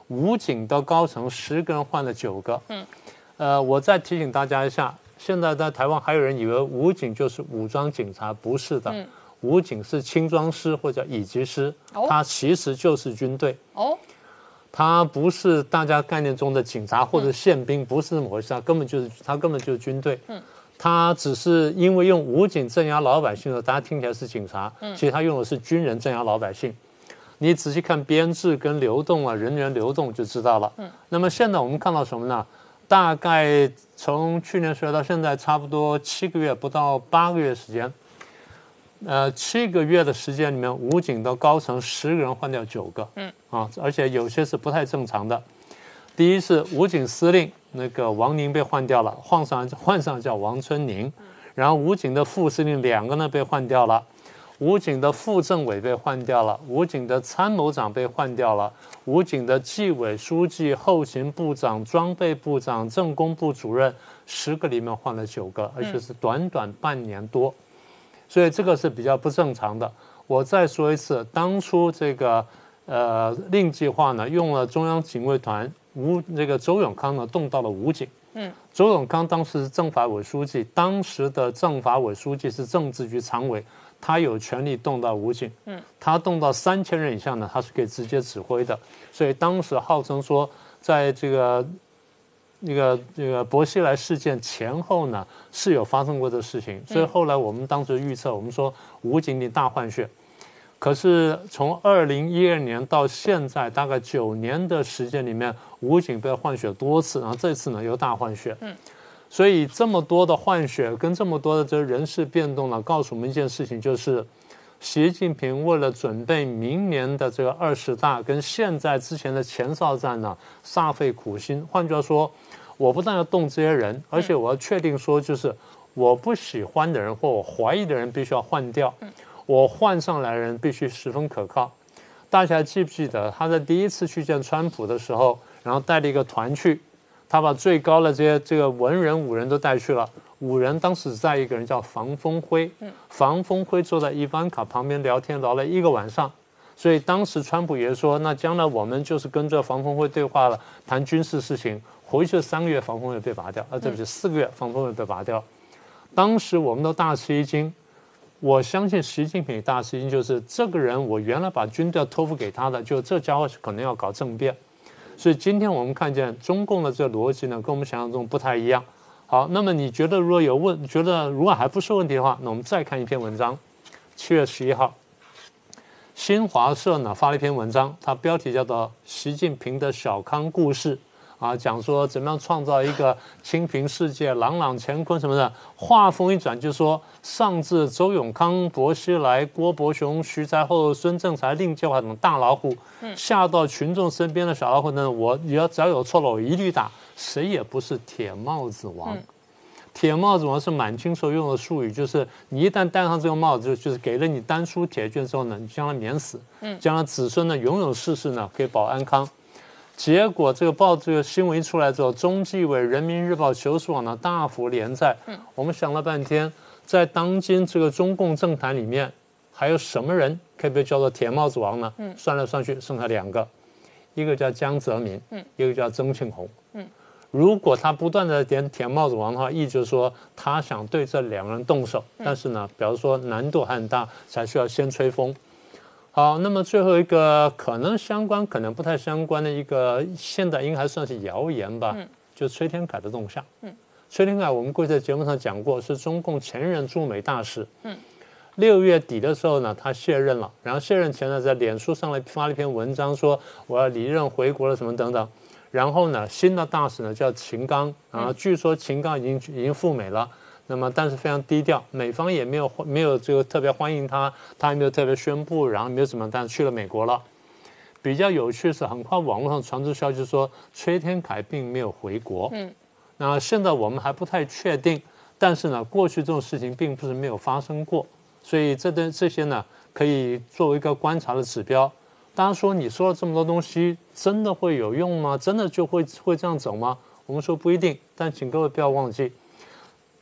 武警的高层10个人换了9个。我再提醒大家一下，现在在台湾还有人以为武警就是武装警察，不是的。武警是轻装师或者乙级师，他其实就是军队。他不是大家概念中的警察或者宪兵，不是这么回事，他根本就是军队。他只是因为用武警镇压老百姓的，大家听起来是警察，其实他用的是军人镇压老百姓。你仔细看编制跟流动啊，人员流动就知道了。那么现在我们看到什么呢？大概从去年10月到现在，差不多7个月不到8个月时间。7个月的时间里面，武警的高层10个人换掉9个，而且有些是不太正常的。第一是武警司令那个王宁被换掉了，换上叫王春宁，然后武警的副司令2个呢被换掉了，武警的副政委被换掉了，武警的参谋长被换掉了，武警的纪委书记、后勤部长、装备部长、政工部主任10个里面换了9个，而且是短短半年多。所以这个是比较不正常的。我再说一次，当初这个令计划呢，用了中央警卫团这个周永康呢动到了武警。周永康当时是政法委书记，当时的政法委书记是政治局常委，他有权利动到武警。他动到3000人以上呢，他是可以直接指挥的。所以当时号称说，在这个薄熙来事件前后呢，是有发生过的事情，所以后来我们当时预测，我们说武警的大换血。可是从2012年到现在，大概9年的时间里面，武警被换血多次，然后这次呢又大换血。所以这么多的换血跟这么多的这人事变动呢，告诉我们一件事情，就是习近平为了准备明年的这个20大跟现在之前的前哨战呢，煞费苦心。换句话说，我不但要动这些人，而且我要确定说，就是我不喜欢的人或我怀疑的人必须要换掉，我换上来的人必须十分可靠。大家记不记得他在第一次去见川普的时候，然后带了一个团去，他把最高的这个文人5人都带去了。5人当时在一个人叫房峰辉，房峰辉坐在伊凡卡旁边聊天聊了1个晚上。所以当时川普也说，那将来我们就是跟着房峰辉对话了，谈军事事情。回去3个月，房峰辉被拔掉，对不起，4个月房峰辉被拔掉。当时我们都大吃一惊，我相信习近平大吃一惊，就是这个人，我原来把军队托付给他的，就这家伙可能要搞政变。所以今天我们看见中共的这个逻辑呢，跟我们想象中不太一样。好，那么你觉得如果还不是问题的话，那我们再看一篇文章，7月11号。新华社呢发了一篇文章，它标题叫做《习近平的小康故事》讲说怎么样创造一个清平世界、朗朗乾坤什么的。话锋一转，就说上至周永康、薄熙来、郭伯雄、徐才厚、孙政才、令计划等大老虎，下到群众身边的小老虎呢，我只要有错了，我一律打，谁也不是铁帽子王。铁帽子王是满清时候用的术语，就是你一旦戴上这个帽子，就是给了你丹书铁券之后呢，你将来免死，将来子孙呢永永世世呢可以保安康。结果这个新闻一出来之后，中纪委、人民日报、求是网呢大幅连载。我们想了半天，在当今这个中共政坛里面，还有什么人可以被叫做铁帽子王呢？算来算去剩下2个，一个叫江泽民，一个叫曾庆红。如果他不断的点铁帽子王的话，意就是说他想对这2个人动手，但是呢，表示说难度很大，才需要先吹风。好，那么最后一个可能相关，可能不太相关的一个，现在应该还算是谣言吧，就崔天凯的动向。崔天凯我们过去在节目上讲过，是中共前任驻美大使。6月底的时候呢，他卸任了，然后卸任前呢，在脸书上发了一篇文章，说我要离任回国了什么等等。然后呢，新的大使呢叫秦刚，据说秦刚已经赴美了，那么但是非常低调，美方也没有这个特别欢迎他，他也没有特别宣布，然后没有什么，但是去了美国了。比较有趣是，很快网络上传出消息说崔天凯并没有回国。那现在我们还不太确定，但是呢，过去这种事情并不是没有发生过，所以这些呢可以作为一个观察的指标。大家说你说了这么多东西，真的会有用吗？真的就会这样走吗？我们说不一定，但请各位不要忘记，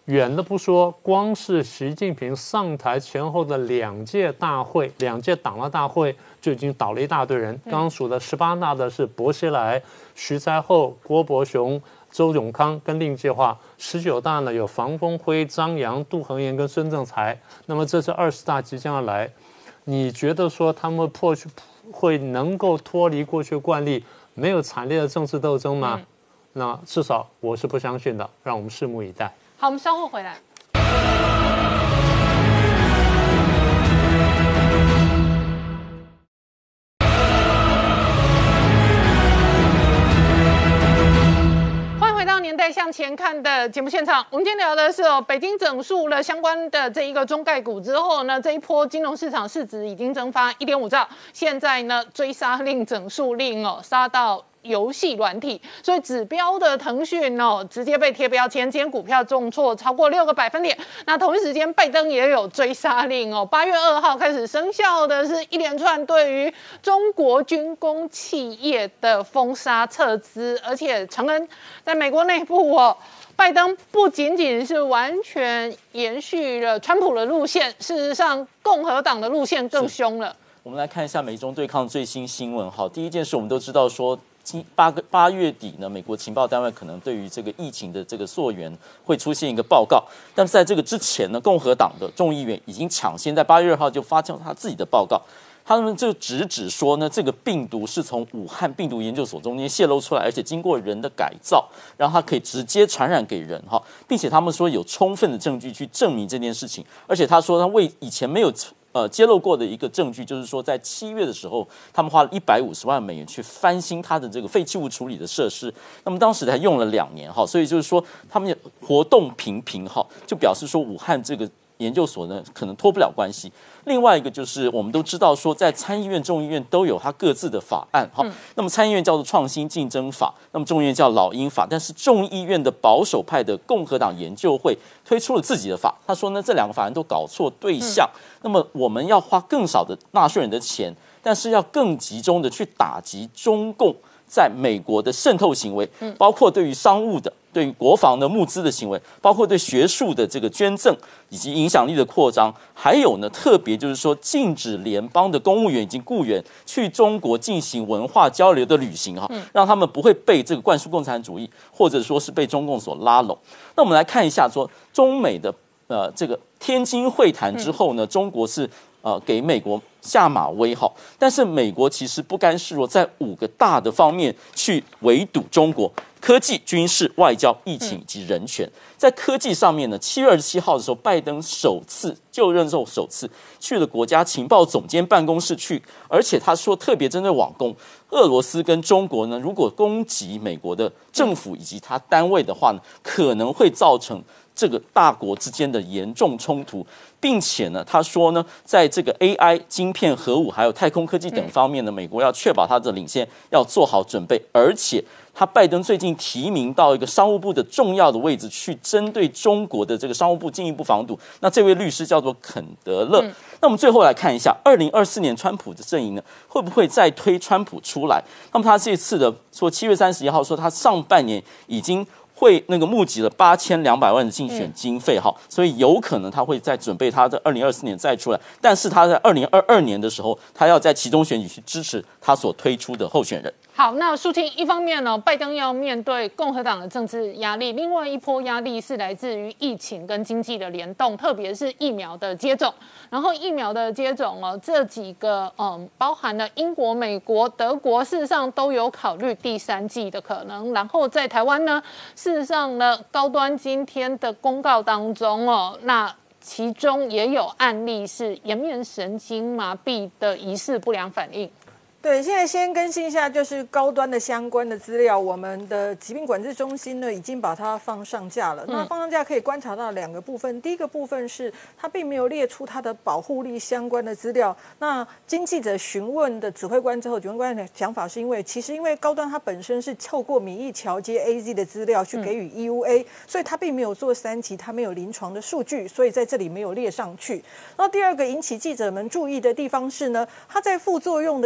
远的不说，光是习近平上台前后的2届党的大会就已经倒了一大堆人。刚刚数的18大的是薄熙来、徐才厚、郭伯雄、周永康跟令计划；19大呢有房峰辉、张扬、杜恒炎跟孙政才。那么这是20大即将要来，你觉得说他们会能够脱离过去惯例，没有惨烈的政治斗争吗？那至少我是不相信的，让我们拭目以待。 好，我们稍后回来。欢迎回到年代向前看的节目现场。我们今天聊的是北京整数了相关的这一个中概股之后呢，这一波金融市场市值已经蒸发1.5兆，现在呢追杀令整数令杀到游戏软体，所以指标的腾讯直接被贴标签，今天股票重挫超过6个百分点。那同一时间，拜登也有追杀令8月2号开始生效的是一连串对于中国军工企业的封杀撤资，而且承认在美国内部拜登不仅仅是完全延续了川普的路线，事实上共和党的路线更凶了。 我们来看一下美中对抗最新新闻。好，第一件事我们都知道说，8月底呢，美国情报单位可能对于这个疫情的这个溯源会出现一个报告，但是在这个之前呢，共和党的众议员已经抢先在8月2号就发表他自己的报告，他们就直说呢，这个病毒是从武汉病毒研究所中间泄露出来，而且经过人的改造，然后它可以直接传染给人哈，并且他们说有充分的证据去证明这件事情，而且他说他为以前没有揭露过的一个证据，就是说在7月的时候，他们花了150万美元去翻新他的这个废弃物处理的设施，那么当时才用了2年哈，所以就是说他们活动频频哈，就表示说武汉这个研究所呢可能脱不了关系。另外一个就是我们都知道说，在参议院、众议院都有它各自的法案哈。那么参议院叫做创新竞争法，那么众议院叫老鹰法。但是众议院的保守派的共和党研究会推出了自己的法，他说呢这2个法案都搞错对象。那么我们要花更少的纳税人的钱，但是要更集中的去打击中共在美国的渗透行为，包括对于商务的、对于国防的募资的行为，包括对学术的这个捐赠以及影响力的扩张，还有呢，特别就是说禁止联邦的公务员以及雇员去中国进行文化交流的旅行哈，让他们不会被这个灌输共产主义，或者说是被中共所拉拢。那我们来看一下说中美的这个天津会谈之后呢，中国是给美国下马威哈，但是美国其实不甘示弱，在5个大的方面去围堵中国：科技、军事、外交、疫情以及人权。在科技上面呢，7月27号的时候，拜登就任之后首次去了国家情报总监办公室去，而且他说特别针对网攻，俄罗斯跟中国呢，如果攻击美国的政府以及他单位的话呢，可能会造成这个大国之间的严重冲突，并且呢，他说呢，在这个 AI、晶片、核武还有太空科技等方面呢，美国要确保它的领先，要做好准备，而且拜登最近提名到一个商务部的重要的位置，去针对中国的这个商务部进一步防堵。那这位律师叫做肯德勒。那我们最后来看一下，2024年川普的阵营呢，会不会再推川普出来？那么他这次的说7月31号说，他上半年已经会募集了8200万的竞选经费哈，所以有可能他会再准备他在2024年再出来，但是他在2022年的时候，他要在其中选举去支持他所推出的候选人。 好，那淑清，一方面呢，拜登要面对共和党的政治压力，另外一波压力是来自于疫情跟经济的联动，特别是疫苗的接种。然后疫苗的接种这几个包含了英国、美国、德国，事实上都有考虑第3剂的可能。然后在台湾呢，事实上呢，高端今天的公告当中那其中也有案例是颜面神经麻痹的疑似不良反应。 对，现在先更新一下，就是高端的相关的资料，我们的疾病管制中心呢已经把它放上架了。那放上架可以观察到2个部分，第一个部分是它并没有列出它的保护力相关的资料。那经记者询问的指挥官之后，指挥官的讲法是因为高端它本身是透过免疫桥接 AZ 的资料去给予 EUA，所以它并没有做3期，它没有临床的数据，所以在这里没有列上去。然后第二个引起记者们注意的地方是呢，它在副作用的部分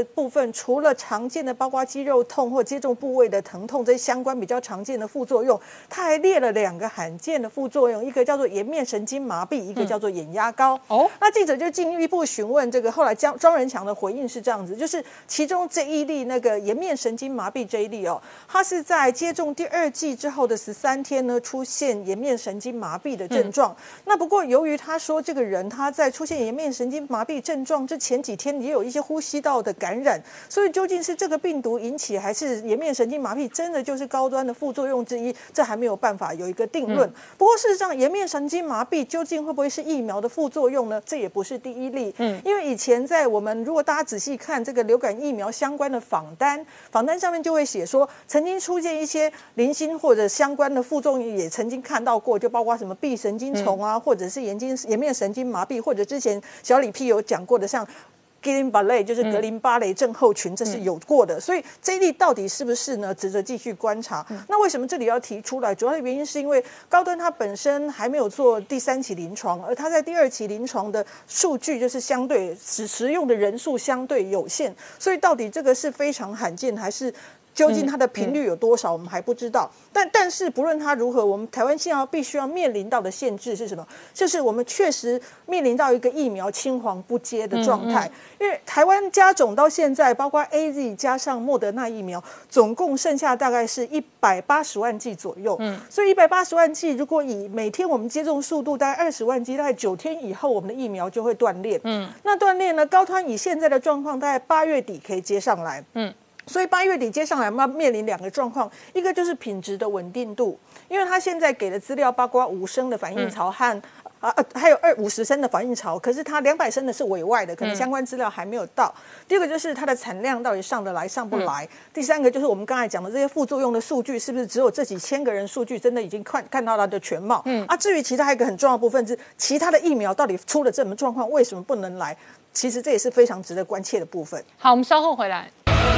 分，除了常见的包括肌肉痛或接种部位的疼痛这些相关比较常见的副作用，他还列了2个罕见的副作用，一个叫做颜面神经麻痹，一个叫做眼压高。那记者就进一步询问这个，后来庄人强的回应是这样子，就是其中这一例那个颜面神经麻痹这一例它是在接种第2剂之后的13天呢出现颜面神经麻痹的症状。那不过由于他说这个人他在出现颜面神经麻痹症状之前几天也有一些呼吸道的感染，所以究竟是这个病毒引起，还是颜面神经麻痹真的就是高端的副作用之一，这还没有办法有一个定论。不过事实上，颜面神经麻痹究竟会不会是疫苗的副作用呢？这也不是第一例。因为以前在我们如果大家仔细看这个流感疫苗相关的访单上面就会写说，曾经出现一些零星或者相关的副作用，也曾经看到过，就包括什么臂神经丛啊，或者是颜面神经麻痹，或者之前小李 P 有讲过的像吉林芭蕾就是格林芭蕾症候群，这是有过的，所以这一例到底是不是呢？值得继续观察。那为什么这里要提出来？主要的原因是因为高端它本身还没有做第3期临床，而它在第2期临床的数据就是相对使用的人数相对有限，所以到底这个是非常罕见还是？究竟它的频率有多少，我们还不知道。但是不论它如何，我们台湾现在必须要面临到的限制是什么？就是我们确实面临到一个疫苗青黄不接的状态。因为台湾加总到现在，包括 AZ 加上莫德纳疫苗，总共剩下大概是180万剂左右。所以180万剂，如果以每天我们接种速度大概20万剂，大概9天以后，我们的疫苗就会断裂。那断裂呢？高端以现在的状况，大概8月底可以接上来。所以8月底接上来，我们要面临2个状况，一个就是品质的稳定度，因为他现在给的资料包括5升的反应槽和还有50升的反应槽，可是它200升的是委外的，可能相关资料还没有到。第二个就是它的产量到底上得来上不来。第3个就是我们刚才讲的这些副作用的数据，是不是只有这几千个人数据真的已经看到它的全貌？至于其他一个很重要的部分是，其他的疫苗到底出了这么状况，为什么不能来？其实这也是非常值得关切的部分。 好，我们稍后回来。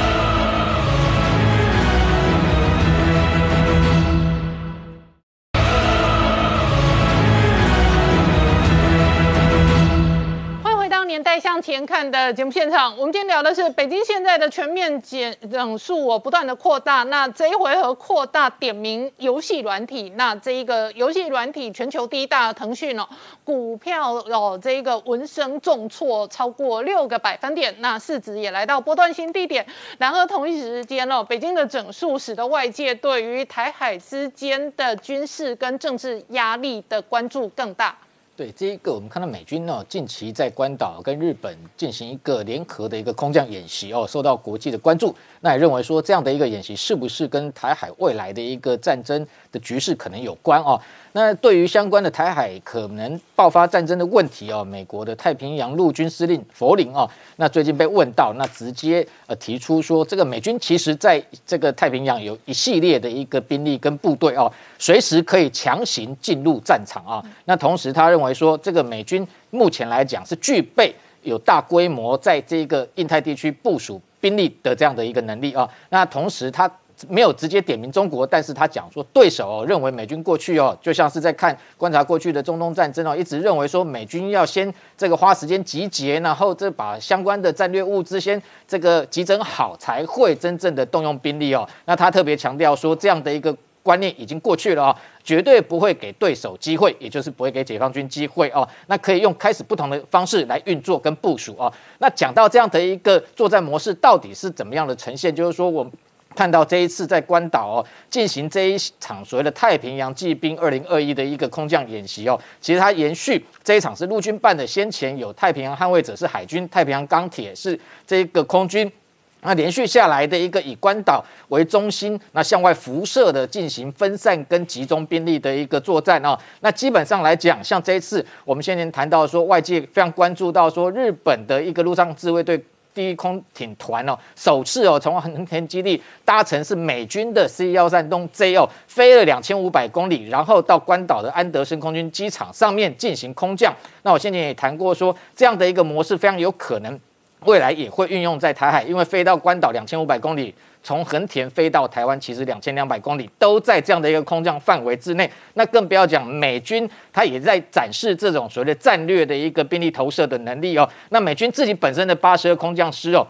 年代向前看的节目现场，我们今天聊的是北京现在的全面整数不断的扩大。那这一回合扩大点名游戏软体，那这一个游戏软体全球第一大的腾讯股票这一个闻声重挫超过6个百分点，那市值也来到波段新低点。然而同一时间北京的整数使得外界对于台海之间的军事跟政治压力的关注更大。 对这一个，我们看到美军近期在关岛跟日本进行一个联合的一个空降演习受到国际的关注。那也认为说这样的一个演习是不是跟台海未来的一个战争的局势可能有关那对于相关的台海可能爆发战争的问题美国的太平洋陆军司令弗林那最近被问到，那直接提出说，这个美军其实在这个太平洋有一系列的一个兵力跟部队随时可以强行进入战场那同时他认为说，这个美军目前来讲是具备有大规模在这个印太地区部署兵力的这样的一个能力那同时他没有直接点名中国，但是他讲说对手认为美军过去就像是在观察过去的中东战争一直认为说美军要先这个花时间集结，然后这把相关的战略物资先这个集整好，才会真正的动用兵力那他特别强调说，这样的一个观念已经过去了绝对不会给对手机会，也就是不会给解放军机会那可以用开始不同的方式来运作跟部署那讲到这样的一个作战模式到底是怎么样的呈现，就是说我们看到这一次在关岛进行这一场所谓的太平洋骑兵2021的一个空降演习其实它延续这一场是陆军办的，先前有太平洋捍卫者是海军，太平洋钢铁是这个空军。那连续下来的一个以关岛为中心，那向外辐射的进行分散跟集中兵力的一个作战那基本上来讲，像这一次我们先前谈到说，外界非常关注到说，日本的一个陆上自卫队第一空挺团首次从横田基地搭乘是美军的 C-130东 J 飞了2500公里，然后到关岛的安德森空军机场上面进行空降。那我先前也谈过说，这样的一个模式非常有可能未来也会运用在台海，因为飞到关岛2500公里，从横田飞到台湾其实2200公里，都在这样的一个空降范围之内。那更不要讲美军，他也在展示这种所谓的战略的一个兵力投射的能力那美军自己本身的82空降师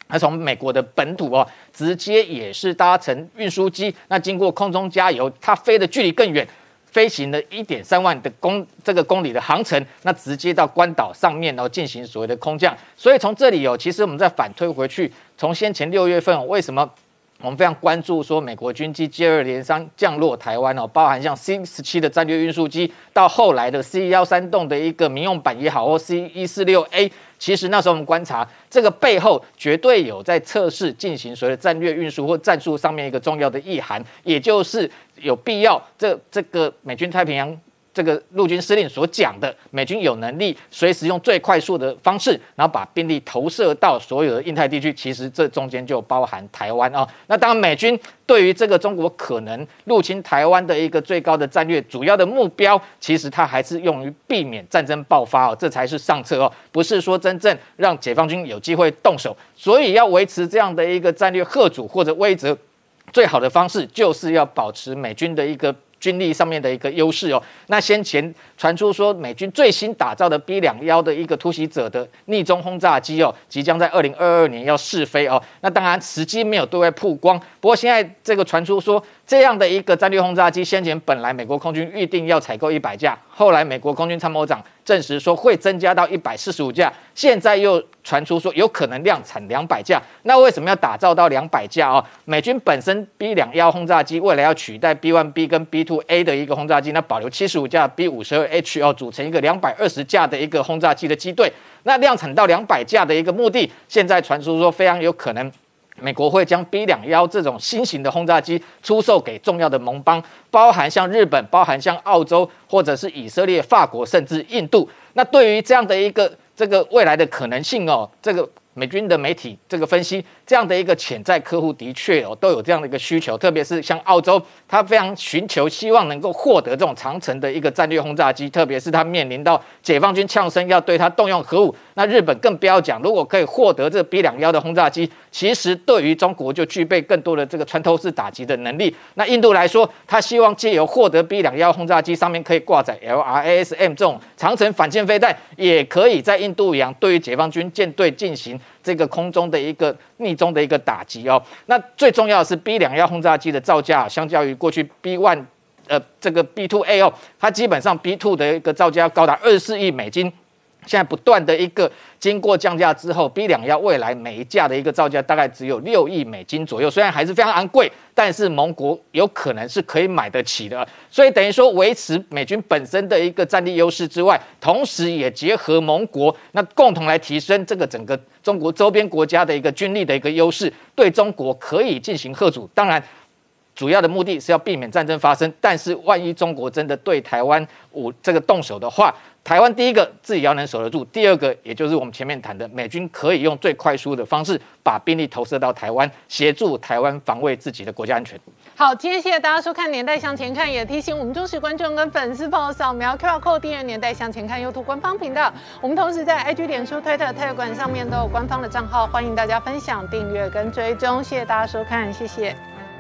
它从美国的本土哦，直接也是搭乘运输机，那经过空中加油，它飞的距离更远，飞行了1.3万的公里的航程，那直接到关岛上面哦进行所谓的空降。所以从这里哦，其实我们再反推回去，从先前6月份哦，为什么我们非常关注说美国军机接二连三降落台湾哦，包含像 C-17的战略运输机，到后来的 C-13洞的一个民用版也好，或 C-146A。其实那时候我们观察，这个背后绝对有在测试进行所谓的战略运输或战术上面一个重要的意涵，也就是有必要这个美军太平洋这个陆军司令所讲的，美军有能力随时用最快速的方式，然后把兵力投射到所有的印太地区。其实这中间就包含台湾啊。那当然，美军对于这个中国可能入侵台湾的一个最高的战略主要的目标，其实它还是用于避免战争爆发哦，这才是上策哦，不是说真正让解放军有机会动手。所以要维持这样的一个战略嚇阻或者威慑，最好的方式就是要保持美军的一个军力上面的一个优势哦。那先前传出说美军最新打造的 B-21的一个突袭者的逆中轰炸机哦，即将在2022年要试飞哦。那当然时机没有对外曝光，不过现在这个传出说这样的一个战略轰炸机，先前本来美国空军预定要采购100架，后来美国空军参谋长证实说会增加到145架，现在又传出说有可能量产200架。那为什么要打造到200架哦？美军本身 B-21轰炸机未来要取代 B-1B 跟 B-2A 的一个轰炸机，那保留75架 B-52H 哦，组成一个220架的一个轰炸机的机队。那量产到200架的一个目的，现在传出说非常有可能美国会将 B-21这种新型的轰炸机出售给重要的盟邦，包含像日本、包含像澳洲，或者是以色列、法国，甚至印度。那对于这样的一个这个未来的可能性哦，这个美军的媒体这个分析，这样的一个潜在客户的确哦都有这样的一个需求，特别是像澳洲，他非常寻求希望能够获得这种长程的一个战略轰炸机，特别是他面临到解放军呛声要对他动用核武，那日本更不要讲，如果可以获得这 B-21的轰炸机，其实对于中国就具备更多的这个穿透式打击的能力。那印度来说，他希望借由获得 B-21轰炸机上面可以挂载 LRASM 这种长程反舰飞弹，也可以在印度洋对于解放军舰队进行这个空中的一个逆中的一个打击哦。那最重要的是 B-21轰炸机的造价，相较于过去 B-1这个 B-2A 哦，它基本上 B-2的一个造价高达24亿美金。现在不断的一个经过降价之后 ，B-21未来每一架的一个造价大概只有6亿美金左右，虽然还是非常昂贵，但是盟国有可能是可以买得起的。所以等于说维持美军本身的一个战力优势之外，同时也结合盟国，那共同来提升这个整个中国周边国家的一个军力的一个优势，对中国可以进行嚇阻。当然，主要的目的是要避免战争发生，但是万一中国真的对台湾这个动手的话，台湾第一个自己要能守得住，第二个也就是我们前面谈的，美军可以用最快速的方式把兵力投射到台湾，协助台湾防卫自己的国家安全。 好，今天谢谢大家收看《年代向前看》，也提醒我们忠实观众跟粉丝朋友扫描 QR Code 订阅《年代向前看》YouTube 官方频道。我们同时在 IG、脸书、推特、Telegram 上面都有官方的账号，欢迎大家分享、订阅跟追踪。谢谢大家收看，谢谢。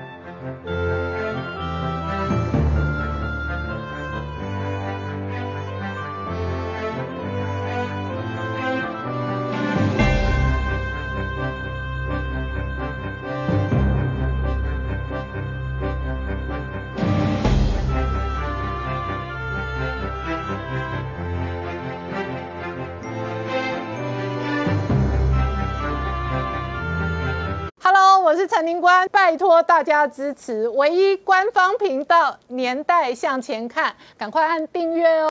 我是陈宁官，拜托大家支持唯一官方频道《年代向前看》，赶快按订阅哦。